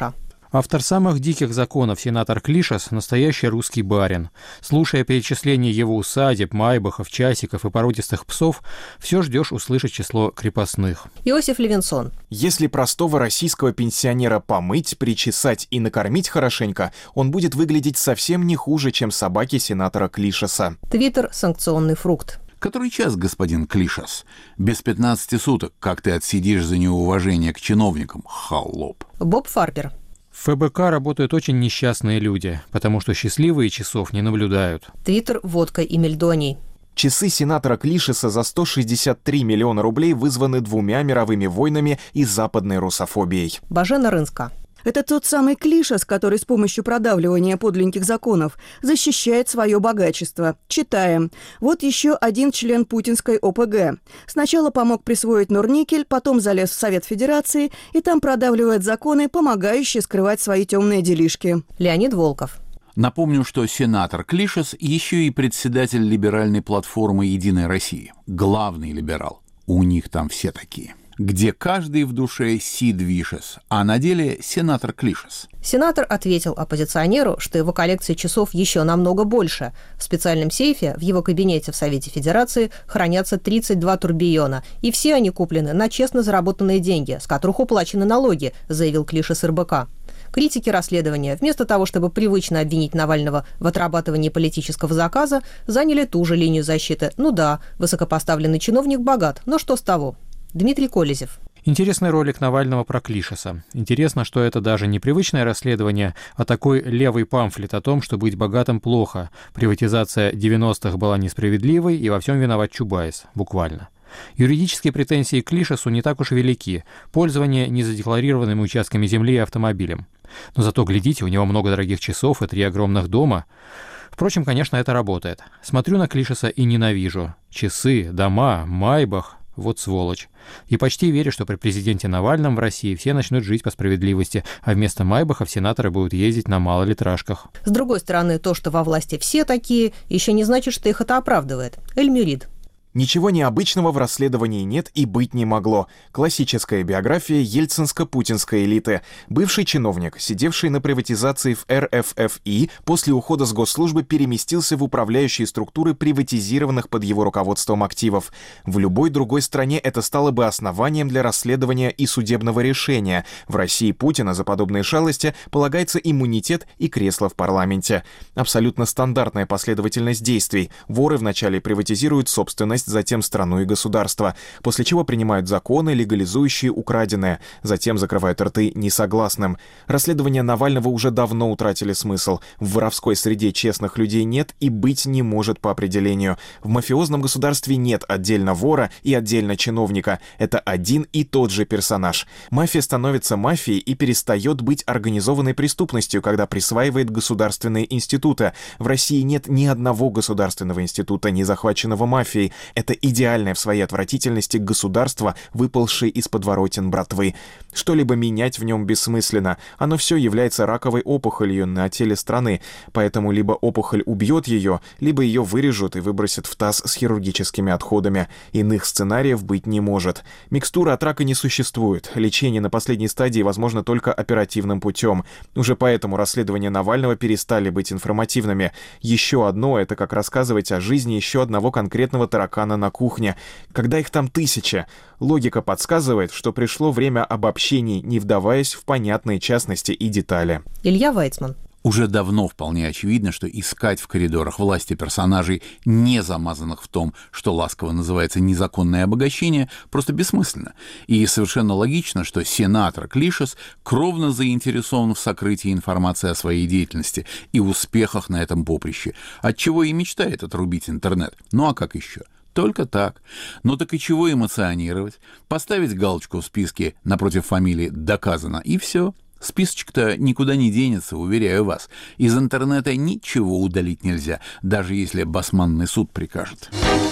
Автор самых диких законов сенатор Клишес – настоящий русский барин. Слушая перечисление его усадеб, майбахов, часиков и породистых псов, все ждешь услышать число крепостных. Иосиф Левинсон. Если простого российского пенсионера помыть, причесать и накормить хорошенько, он будет выглядеть совсем не хуже, чем собаки сенатора Клишеса. Твиттер «Санкционный фрукт». Который час, господин Клишес? Без пятнадцати суток, как ты отсидишь за неуважение к чиновникам, холоп. Боб Фарбер. В ФБК работают очень несчастные люди, потому что счастливые часов не наблюдают. Твиттер «Водка и мельдоний». Часы сенатора Клишеса за сто шестьдесят три миллиона рублей вызваны двумя мировыми войнами и западной русофобией. Бажена Рынска. Это тот самый Клишес, который с помощью продавливания подлинных законов защищает свое богачество. Читаем. Вот еще один член путинской О П Г. Сначала помог присвоить Норникель, потом залез в Совет Федерации и там продавливает законы, помогающие скрывать свои темные делишки. Леонид Волков. Напомню, что сенатор Клишес еще и председатель либеральной платформы «Единой России». Главный либерал. У них там все такие. Где каждый в душе Сид Вишес, а на деле сенатор Клишес. Сенатор ответил оппозиционеру, что его коллекция часов еще намного больше. В специальном сейфе в его кабинете в Совете Федерации хранятся тридцать два турбиона, и все они куплены на честно заработанные деньги, с которых уплачены налоги, заявил Клишес Эр Бэ Ка. Критики расследования, вместо того, чтобы привычно обвинить Навального в отрабатывании политического заказа, заняли ту же линию защиты. Ну да, высокопоставленный чиновник богат, но что с того? Дмитрий Колезев. Интересный ролик Навального про Клишеса. Интересно, что это даже не привычное расследование, а такой левый памфлет о том, что быть богатым плохо. Приватизация девяностых была несправедливой, и во всем виноват Чубайс. Буквально. Юридические претензии к Клишесу не так уж велики. Пользование незадекларированными участками земли и автомобилем. Но зато, глядите, у него много дорогих часов и три огромных дома. Впрочем, конечно, это работает. Смотрю на Клишеса и ненавижу. Часы, дома, майбах. Вот сволочь. И почти верю, что при президенте Навальном в России все начнут жить по справедливости, а вместо майбахов сенаторы будут ездить на малолитражках. С другой стороны, то, что во власти все такие, еще не значит, что их это оправдывает. Эльмюрид. Ничего необычного в расследовании нет и быть не могло. Классическая биография ельцинско-путинской элиты. Бывший чиновник, сидевший на приватизации в Эр Эф Эф И, после ухода с госслужбы переместился в управляющие структуры приватизированных под его руководством активов. В любой другой стране это стало бы основанием для расследования и судебного решения. В России Путина за подобные шалости полагается иммунитет и кресло в парламенте. Абсолютно стандартная последовательность действий. Воры вначале приватизируют собственность, затем страну и государство, после чего принимают законы, легализующие украденное, затем закрывают рты несогласным. Расследования Навального уже давно утратили смысл. В воровской среде честных людей нет и быть не может по определению. В мафиозном государстве нет отдельно вора и отдельно чиновника. Это один и тот же персонаж. Мафия становится мафией и перестает быть организованной преступностью, когда присваивает государственные институты. В России нет ни одного государственного института, не захваченного мафией. Это идеальное в своей отвратительности государство, выпалшее из подворотен братвы. Что-либо менять в нем бессмысленно. Оно все является раковой опухолью на теле страны, поэтому либо опухоль убьет ее, либо ее вырежут и выбросят в таз с хирургическими отходами. Иных сценариев быть не может. Микстуры от рака не существует. Лечение на последней стадии возможно только оперативным путем. Уже поэтому расследования Навального перестали быть информативными. Еще одно — это как рассказывать о жизни еще одного конкретного таракана на кухне, когда их там тысяча. Логика подсказывает, что пришло время обобщений, не вдаваясь в понятные частности и детали. Илья Вайцман. Уже давно вполне очевидно, что искать в коридорах власти персонажей, не замазанных в том, что ласково называется незаконное обогащение, просто бессмысленно. И совершенно логично, что сенатор Клишес кровно заинтересован в сокрытии информации о своей деятельности и успехах на этом поприще, отчего и мечтает отрубить интернет. Ну а как еще? Только так. Ну так и чего эмоционировать? Поставить галочку в списке напротив фамилии «доказано» и все. Списочек-то никуда не денется, уверяю вас. Из интернета ничего удалить нельзя, даже если басманный суд прикажет.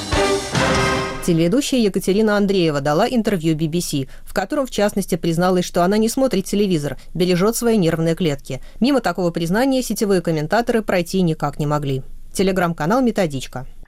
Телеведущая Екатерина Андреева дала интервью Би Би Си, в котором, в частности, призналась, что она не смотрит телевизор, бережет свои нервные клетки. Мимо такого признания сетевые комментаторы пройти никак не могли. Телеграм-канал «Методичка».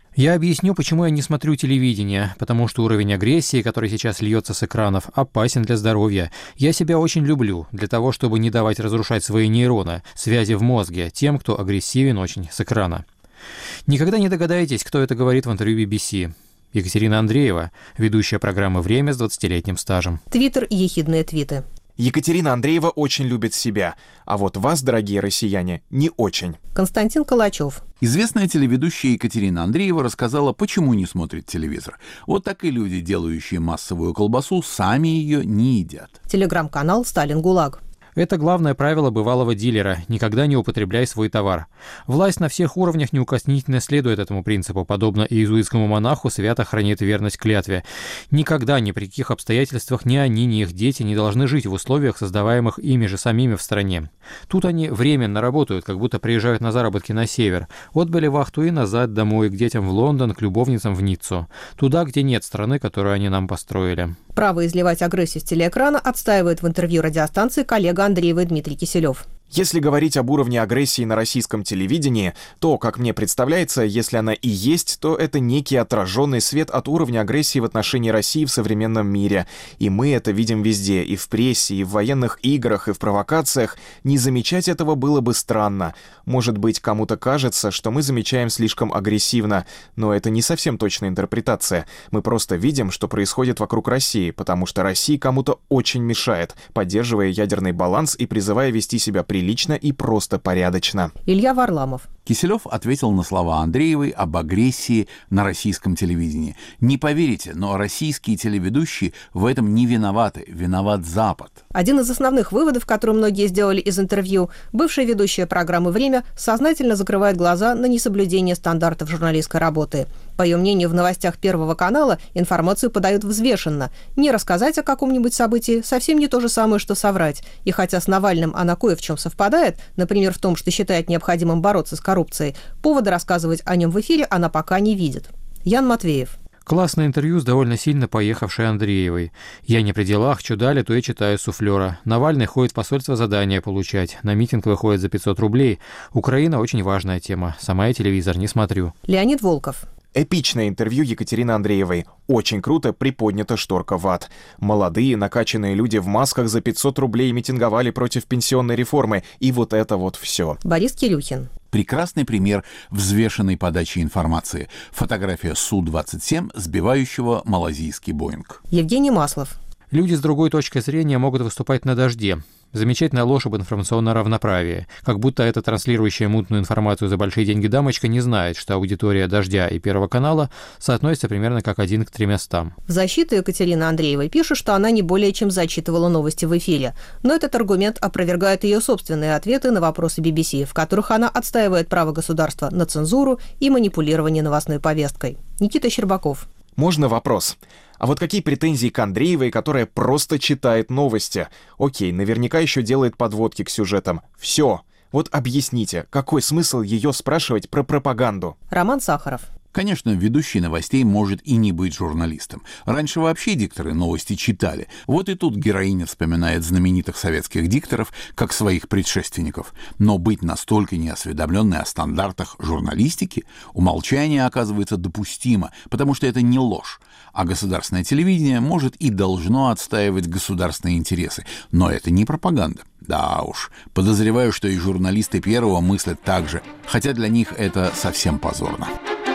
Я объясню, почему я не смотрю телевидение, потому что уровень агрессии, который сейчас льется с экранов, опасен для здоровья. Я себя очень люблю, для того, чтобы не давать разрушать свои нейроны, связи в мозге, тем, кто агрессивен очень с экрана. Никогда не догадаетесь, кто это говорит в интервью би би си. Екатерина Андреева, ведущая программы «Время» с двадцатилетним стажем. Твиттер и ехидные твиты. Екатерина Андреева очень любит себя, а вот вас, дорогие россияне, не очень. Константин Калачев. Известная телеведущая Екатерина Андреева рассказала, почему не смотрит телевизор. Вот так и люди, делающие массовую колбасу, сами ее не едят. Телеграм-канал «Сталин ГУЛАГ». Это главное правило бывалого дилера – никогда не употребляй свой товар. Власть на всех уровнях неукоснительно следует этому принципу, подобно иезуитскому монаху свято хранит верность клятве. Никогда, ни при каких обстоятельствах ни они, ни их дети не должны жить в условиях, создаваемых ими же самими в стране. Тут они временно работают, как будто приезжают на заработки на север. Отбыли вахту и назад домой, к детям в Лондон, к любовницам в Ниццу. Туда, где нет страны, которую они нам построили. Право изливать агрессию с телеэкрана отстаивает в интервью радиостанции коллега Андреева Дмитрий Киселев. Если говорить об уровне агрессии на российском телевидении, то, как мне представляется, если она и есть, то это некий отраженный свет от уровня агрессии в отношении России в современном мире. И мы это видим везде, и в прессе, и в военных играх, и в провокациях. Не замечать этого было бы странно. Может быть, кому-то кажется, что мы замечаем слишком агрессивно, но это не совсем точная интерпретация. Мы просто видим, что происходит вокруг России, потому что Россия кому-то очень мешает, поддерживая ядерный баланс и призывая вести себя при прилично и просто порядочно. Илья Варламов. Киселев ответил на слова Андреевой об агрессии на российском телевидении. Не поверите, но российские телеведущие в этом не виноваты. Виноват Запад. Один из основных выводов, который многие сделали из интервью, бывшая ведущая программы «Время» сознательно закрывает глаза на несоблюдение стандартов журналистской работы. По ее мнению, в новостях Первого канала информацию подают взвешенно. Не рассказать о каком-нибудь событии совсем не то же самое, что соврать. И хотя с Навальным она кое в чем совпадает, например, в том, что считает необходимым бороться с коррупцией, повода рассказывать о нем в эфире она пока не видит. Ян Матвеев. Классное интервью с довольно сильно поехавшей Андреевой. Я не при делах, что дали, то и читаю суфлера. Навальный ходит в посольство задания получать. На митинг выходит за пятьсот рублей. Украина очень важная тема. Сама я телевизор не смотрю. Леонид Волков. Эпичное интервью Екатерины Андреевой. Очень круто приподнята шторка в ад. Молодые, накачанные люди в масках за пятьсот рублей митинговали против пенсионной реформы. И вот это вот все. Борис Кирюхин. Прекрасный пример взвешенной подачи информации. Фотография Су двадцать семь, сбивающего малазийский Боинг. Евгений Маслов. Люди с другой точки зрения могут выступать на дожде. Замечательная ложь об информационном равноправии. Как будто эта транслирующая мутную информацию за большие деньги дамочка не знает, что аудитория «Дождя» и Первого канала соотносится примерно как один к тремястам. В защиту Екатерины Андреевой пишет, что она не более чем зачитывала новости в эфире. Но этот аргумент опровергает ее собственные ответы на вопросы би би си, в которых она отстаивает право государства на цензуру и манипулирование новостной повесткой. Никита Щербаков. Можно вопрос? А вот какие претензии к Андреевой, которая просто читает новости? Окей, наверняка еще делает подводки к сюжетам. Все. Вот объясните, какой смысл ее спрашивать про пропаганду? Роман Сахаров. Конечно, ведущий новостей может и не быть журналистом. Раньше вообще дикторы новости читали. Вот и тут героиня вспоминает знаменитых советских дикторов, как своих предшественников. Но быть настолько неосведомленной о стандартах журналистики умолчание оказывается допустимо, потому что это не ложь. А государственное телевидение может и должно отстаивать государственные интересы. Но это не пропаганда. Да уж, подозреваю, что и журналисты Первого мыслят так же, хотя для них это совсем позорно.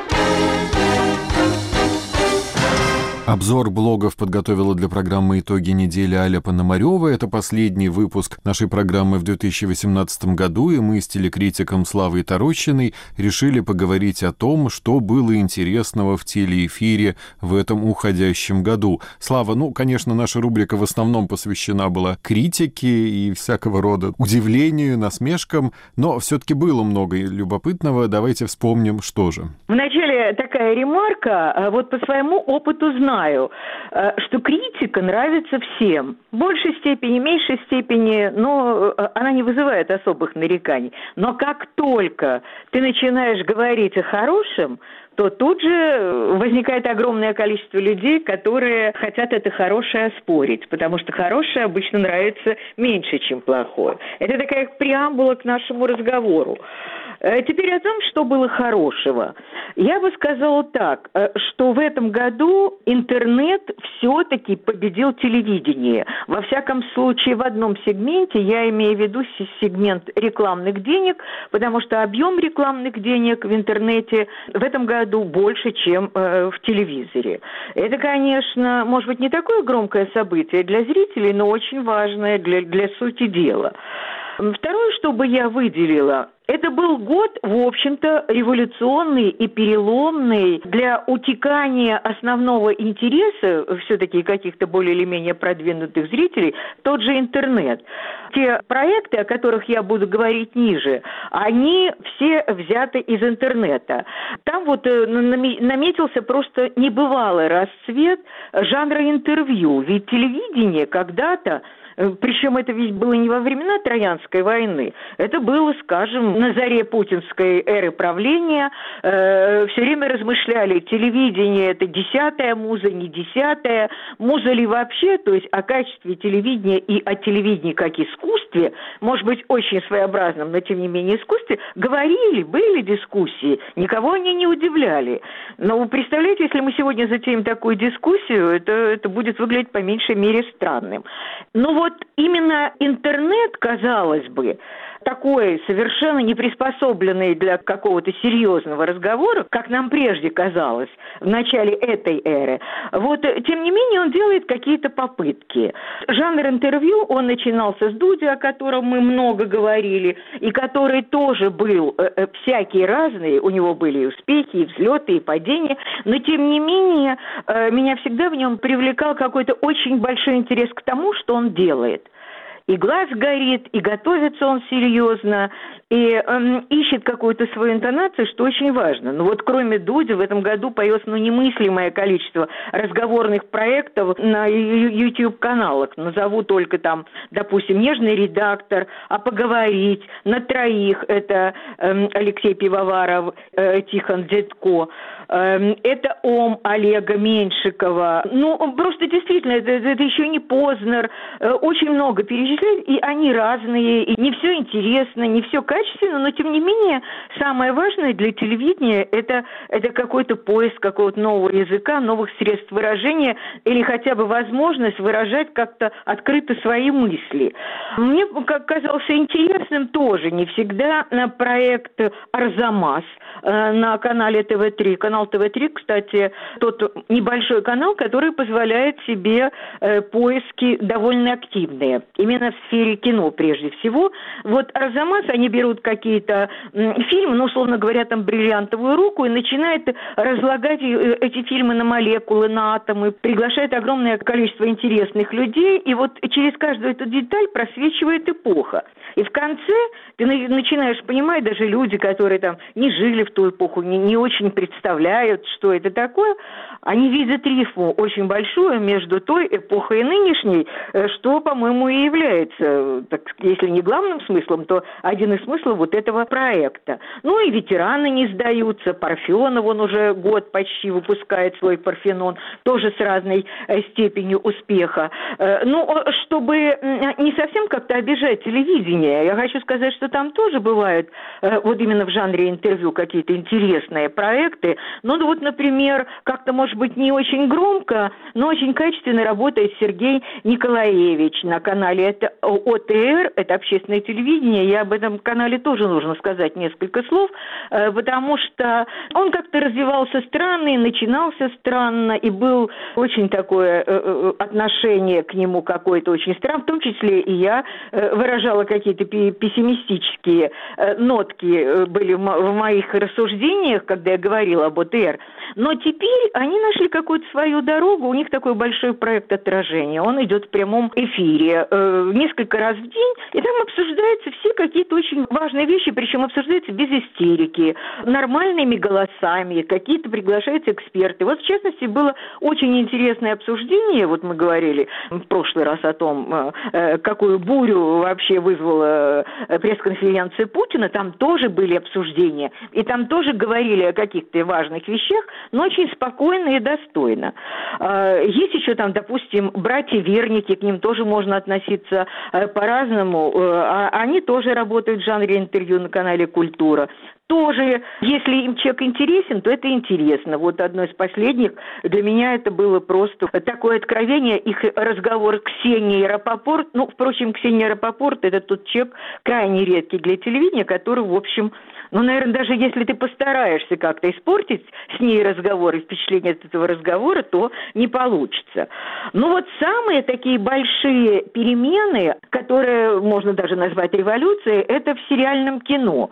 Обзор блогов подготовила для программы «Итоги недели» Аля Пономарева. Это последний выпуск нашей программы в две тысячи восемнадцатом году, и мы с телекритиком Славой Тарощиной решили поговорить о том, что было интересного в телеэфире в этом уходящем году. Слава, ну, конечно, наша рубрика в основном посвящена была критике и всякого рода удивлению, насмешкам, но все-таки было много любопытного. Давайте вспомним, что же. Вначале такая ремарка, вот по своему опыту знаю, Знаю, что критика нравится всем. В большей степени, в меньшей степени, но она не вызывает особых нареканий. Но как только ты начинаешь говорить о хорошем, то тут же возникает огромное количество людей, которые хотят это хорошее оспорить, потому что хорошее обычно нравится меньше, чем плохое. Это такая преамбула к нашему разговору. Теперь о том, что было хорошего. Я бы сказала так, что в этом году интернет все-таки победил телевидение. Во всяком случае, в одном сегменте, я имею в виду сегмент рекламных денег, потому что объем рекламных денег в интернете в этом году больше, чем э, в телевизоре. Это, конечно, может быть, не такое громкое событие для зрителей, но очень важное для, для сути дела. Второе, что бы я выделила, это был год, в общем-то, революционный и переломный для утекания основного интереса все-таки каких-то более или менее продвинутых зрителей, тот же интернет. Те проекты, о которых я буду говорить ниже, они все взяты из интернета. Там вот наметился просто небывалый расцвет жанра интервью, ведь телевидение когда-то, причем это ведь было не во времена Троянской войны, это было, скажем, на заре путинской эры правления. Э, все время размышляли, телевидение это десятая муза, не десятая, муза ли вообще, то есть о качестве телевидения и о телевидении как искусстве, может быть, очень своеобразном, но тем не менее искусстве, говорили, были дискуссии, никого они не удивляли. Но вы представляете, если мы сегодня затеем такую дискуссию, это, это будет выглядеть по меньшей мере странным. Но вот именно интернет, казалось бы, такой совершенно не приспособленный для какого-то серьезного разговора, как нам прежде казалось в начале этой эры. Вот, тем не менее, он делает какие-то попытки. Жанр интервью, он начинался с Дуди, о котором мы много говорили, и который тоже был э, всякие разные, у него были и успехи, и взлеты, и падения, но, тем не менее, э, меня всегда в нем привлекал какой-то очень большой интерес к тому, что он делает. И глаз горит, и готовится он серьезно, и э, ищет какую-то свою интонацию, что очень важно. Но вот кроме Дуди в этом году появилось ну, немыслимое количество разговорных проектов на YouTube-каналах. Назову только там, допустим, «Нежный редактор», «А поговорить», «На троих» — это э, Алексей Пивоваров, э, Тихон Дедко. Это «Ом» Олега Меньшикова. Ну, просто действительно, это, это еще не Познер. Очень много перечисляют, и они разные, и не все интересно, не все качественно, но, тем не менее, самое важное для телевидения это, это какой-то поиск какого-то нового языка, новых средств выражения, или хотя бы возможность выражать как-то открыто свои мысли. Мне казался интересным тоже не всегда проект «Арзамас» на канале тэ вэ три. Канал тэ вэ три, кстати, тот небольшой канал, который позволяет себе э, поиски довольно активные. Именно в сфере кино прежде всего. Вот «Арзамас», они берут какие-то м, фильмы, ну, условно говоря, там «Бриллиантовую руку», и начинают разлагать эти фильмы на молекулы, на атомы, приглашают огромное количество интересных людей, и вот через каждую эту деталь просвечивает эпоха. И в конце ты начинаешь понимать, даже люди, которые там не жили в ту эпоху, не, не очень представляют, что это такое, они видят рифму очень большую между той эпохой и нынешней, что, по-моему, и является, так, если не главным смыслом, то один из смыслов вот этого проекта. Ну и ветераны не сдаются, Парфенов, он уже год почти выпускает свой Парфенон, тоже с разной степенью успеха. Ну, чтобы не совсем как-то обижать телевидение, я хочу сказать, что там тоже бывают, вот именно в жанре интервью, какие-то интересные проекты. Ну, вот, например, как-то, может быть, не очень громко, но очень качественно работает Сергей Николаевич на канале. Это о тэ эр, это общественное телевидение. И об этом канале тоже нужно сказать несколько слов, потому что он как-то развивался странно, и начинался странно, и был очень такое отношение к нему какое-то очень странное, в том числе и я выражала какие-то пессимистические нотки были в моих рассуждениях, когда я говорила об о тэ эр. Но теперь они нашли какую-то свою дорогу, у них такой большой проект отражения, он идет в прямом эфире. несколько раз в день, и там обсуждаются все какие-то очень важные вещи, причем обсуждаются без истерики, нормальными голосами, какие-то приглашаются эксперты. Вот, в частности, было очень интересное обсуждение, вот мы говорили в прошлый раз о том, какую бурю вообще вызвала пресс-конференция Путина, там тоже были обсуждения, и там тоже говорили о каких-то важных вещах, но очень спокойно и достойно. Есть еще там, допустим, братья Верники, к ним тоже можно относиться по-разному, они тоже работают в жанре интервью на канале «Культура». Тоже, если им человек интересен, то это интересно. Вот одно из последних, для меня это было просто такое откровение, их разговор Ксении Рапопорт. Ну, впрочем, Ксения Рапопорт – это тот человек крайне редкий для телевидения, который, в общем, ну, наверное, даже если ты постараешься как-то испортить с ней разговор и впечатление от этого разговора, то не получится. Ну, вот самые такие большие перемены, которые можно даже назвать революцией, это в сериальном кино.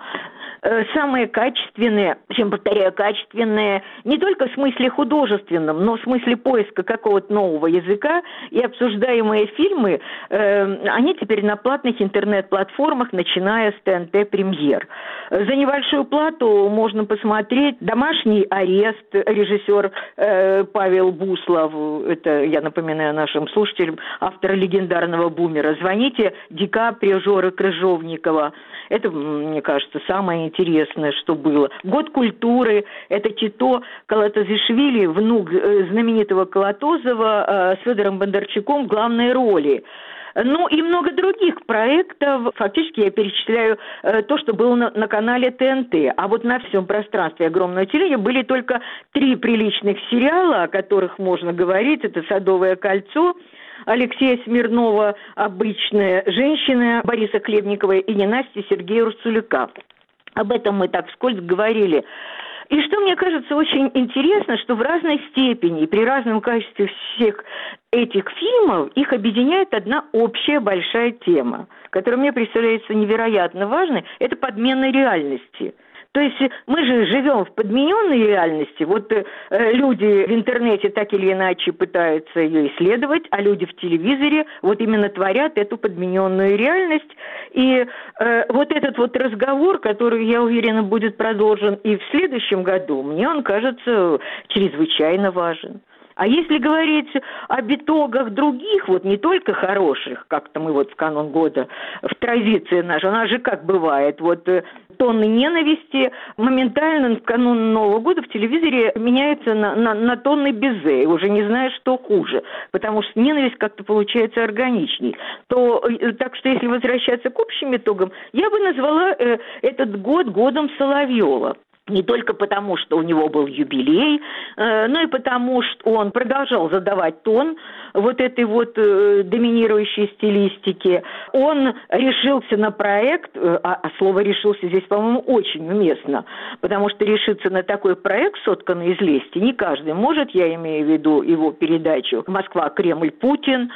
Самые качественные, чем повторяю, качественные не только в смысле художественном, но в смысле поиска какого-то нового языка, и обсуждаемые фильмы, э, они теперь на платных интернет-платформах, начиная с ТНТ Премьер. За небольшую плату можно посмотреть «Домашний арест», режиссер э, Павел Буслов, это, я напоминаю нашим слушателям, автор легендарного «Бумера». «Звоните Ди Каприо», Жоры Крыжовникова. Это, мне кажется, самое интересное, что было. «Год культуры» — это Тито Колотозишвили, внук знаменитого Колотозова, с Федором Бондарчуком в главной роли. Ну и много других проектов. Фактически я перечисляю э, то, что было на, на канале ТНТ. А вот на всем пространстве огромного телевидения были только три приличных сериала, о которых можно говорить. Это «Садовое кольцо» Алексея Смирнова, «Обычная женщина» Бориса Хлебникова и «Ненастья» Сергея Урсуляка. Об этом мы так вскользь говорили. И что мне кажется очень интересно, что в разной степени, при разном качестве всех этих фильмов, их объединяет одна общая большая тема, которая мне представляется невероятно важной, это подмена реальности. То есть мы же живем в подмененной реальности. Вот э, люди в интернете так или иначе пытаются ее исследовать, а люди в телевизоре вот именно творят эту подмененную реальность. И э, вот этот вот разговор, который, я уверена, будет продолжен и в следующем году, мне он кажется чрезвычайно важен. А если говорить об итогах других, вот не только хороших, как-то мы вот в канун года, в традиции нашей, у нас же как бывает, вот тонны ненависти моментально в канун Нового года в телевизоре меняются на, на, на тонны безе, уже не знаю, что хуже, потому что ненависть как-то получается органичней. То, так что если возвращаться к общим итогам, я бы назвала э, этот год годом Соловьева. Не только потому, что у него был юбилей, э, но и потому, что он продолжал задавать тон вот этой вот э, доминирующей стилистики. Он решился на проект, э, а, а слово «решился» здесь, по-моему, очень уместно, потому что решиться на такой проект, сотканный из лести, не каждый может, я имею в виду его передачу «Москва, Кремль, Путин».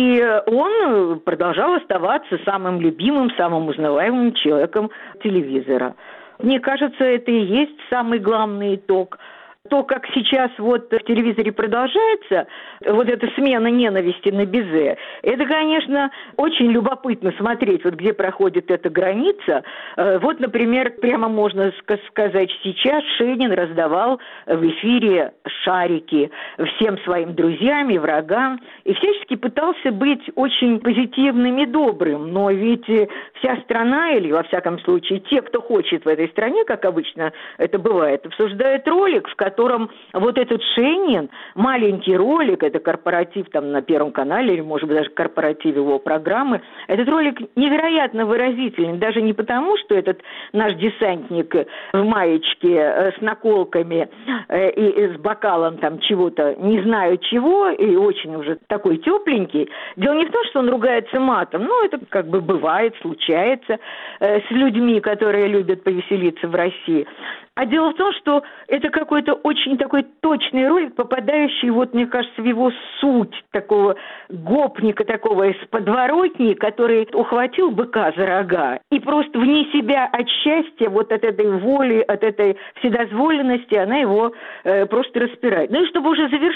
И он продолжал оставаться самым любимым, самым узнаваемым человеком телевизора. Мне кажется, это и есть самый главный итог. То, как сейчас вот в телевизоре продолжается, вот эта смена ненависти на безе, это, конечно, очень любопытно смотреть, вот где проходит эта граница. Вот, например, прямо можно сказать, сейчас Шенин раздавал в эфире шарики всем своим друзьям и врагам, и всячески пытался быть очень позитивным и добрым, но ведь вся страна, или, во всяком случае, те, кто хочет в этой стране, как обычно это бывает, обсуждают ролик, в котором в котором вот этот Шенин, маленький ролик, это корпоратив там на Первом канале, или, может быть, даже корпоратив его программы, этот ролик невероятно выразительный, даже не потому, что этот наш десантник в маечке с наколками и с бокалом там чего-то, не знаю чего, и очень уже такой тепленький. Дело не в том, что он ругается матом, ну, это как бы бывает, случается с людьми, которые любят повеселиться в России. А дело в том, что это какой-то очень такой точный ролик, попадающий, вот, мне кажется, в его суть такого гопника, такого из подворотни, который ухватил быка за рога и просто вне себя от счастья, вот от этой воли, от этой вседозволенности, она его э, просто распирает. Ну и чтобы уже завершить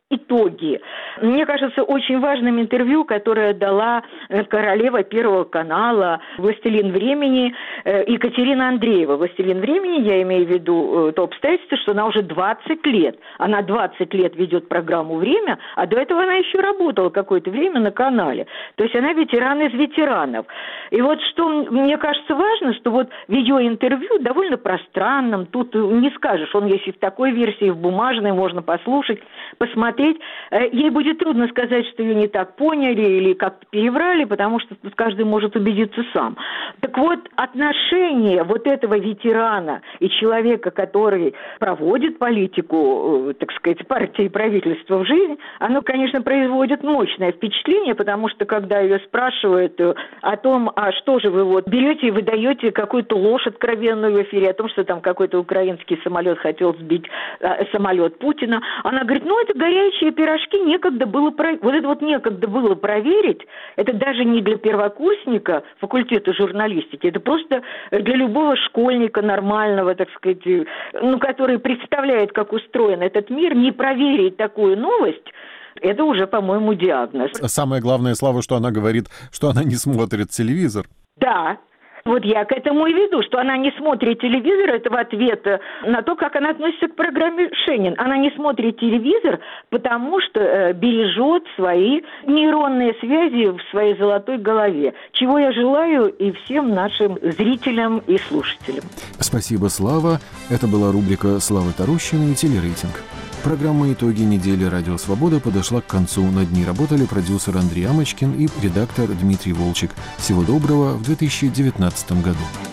итоги. Мне кажется, очень важным интервью, которое дала королева Первого канала, «Властелин времени» Екатерина Андреева. «Властелин времени», я имею в виду то обстоятельство, что она уже двадцать лет. Она двадцать лет ведет программу «Время», а до этого она еще работала какое-то время на канале. То есть она ветеран из ветеранов. И вот что мне кажется важно, что вот видеоинтервью довольно пространным, тут не скажешь, он есть и в такой версии, и в бумажной, можно послушать, посмотреть. Ей будет трудно сказать, что ее не так поняли или как-то переврали, потому что тут каждый может убедиться сам. Так вот, отношение вот этого ветерана и человека, который проводит политику, так сказать, партии и правительства в жизнь, оно, конечно, производит мощное впечатление, потому что, когда ее спрашивают о том, а что же вы вот берете и выдаете какую-то ложь откровенную в эфире, о том, что там какой-то украинский самолет хотел сбить э, самолет Путина, она говорит, ну, это горячие пирожки, некогда было проверить. Вот это вот некогда было проверить, это даже не для первокурсника факультета журналистики, это просто для любого школьника нормального, так сказать, ну, который представляет, как устроен этот мир, не проверить такую новость, это уже, по-моему, диагноз. Самое главное, Слава, что она говорит, что она не смотрит телевизор. Да. Вот я к этому и веду, что она не смотрит телевизор, это в ответ на то, как она относится к программе «Шенин». Она не смотрит телевизор, потому что э, бережет свои нейронные связи в своей золотой голове, чего я желаю и всем нашим зрителям и слушателям. Спасибо, Слава. Это была рубрика Славы Тарущиной «Телерейтинг». Программа «Итоги недели. Радио Свобода» подошла к концу. Над ней работали продюсер Андрей Амочкин и редактор Дмитрий Волчек. Всего доброго в две тысячи девятнадцатом году.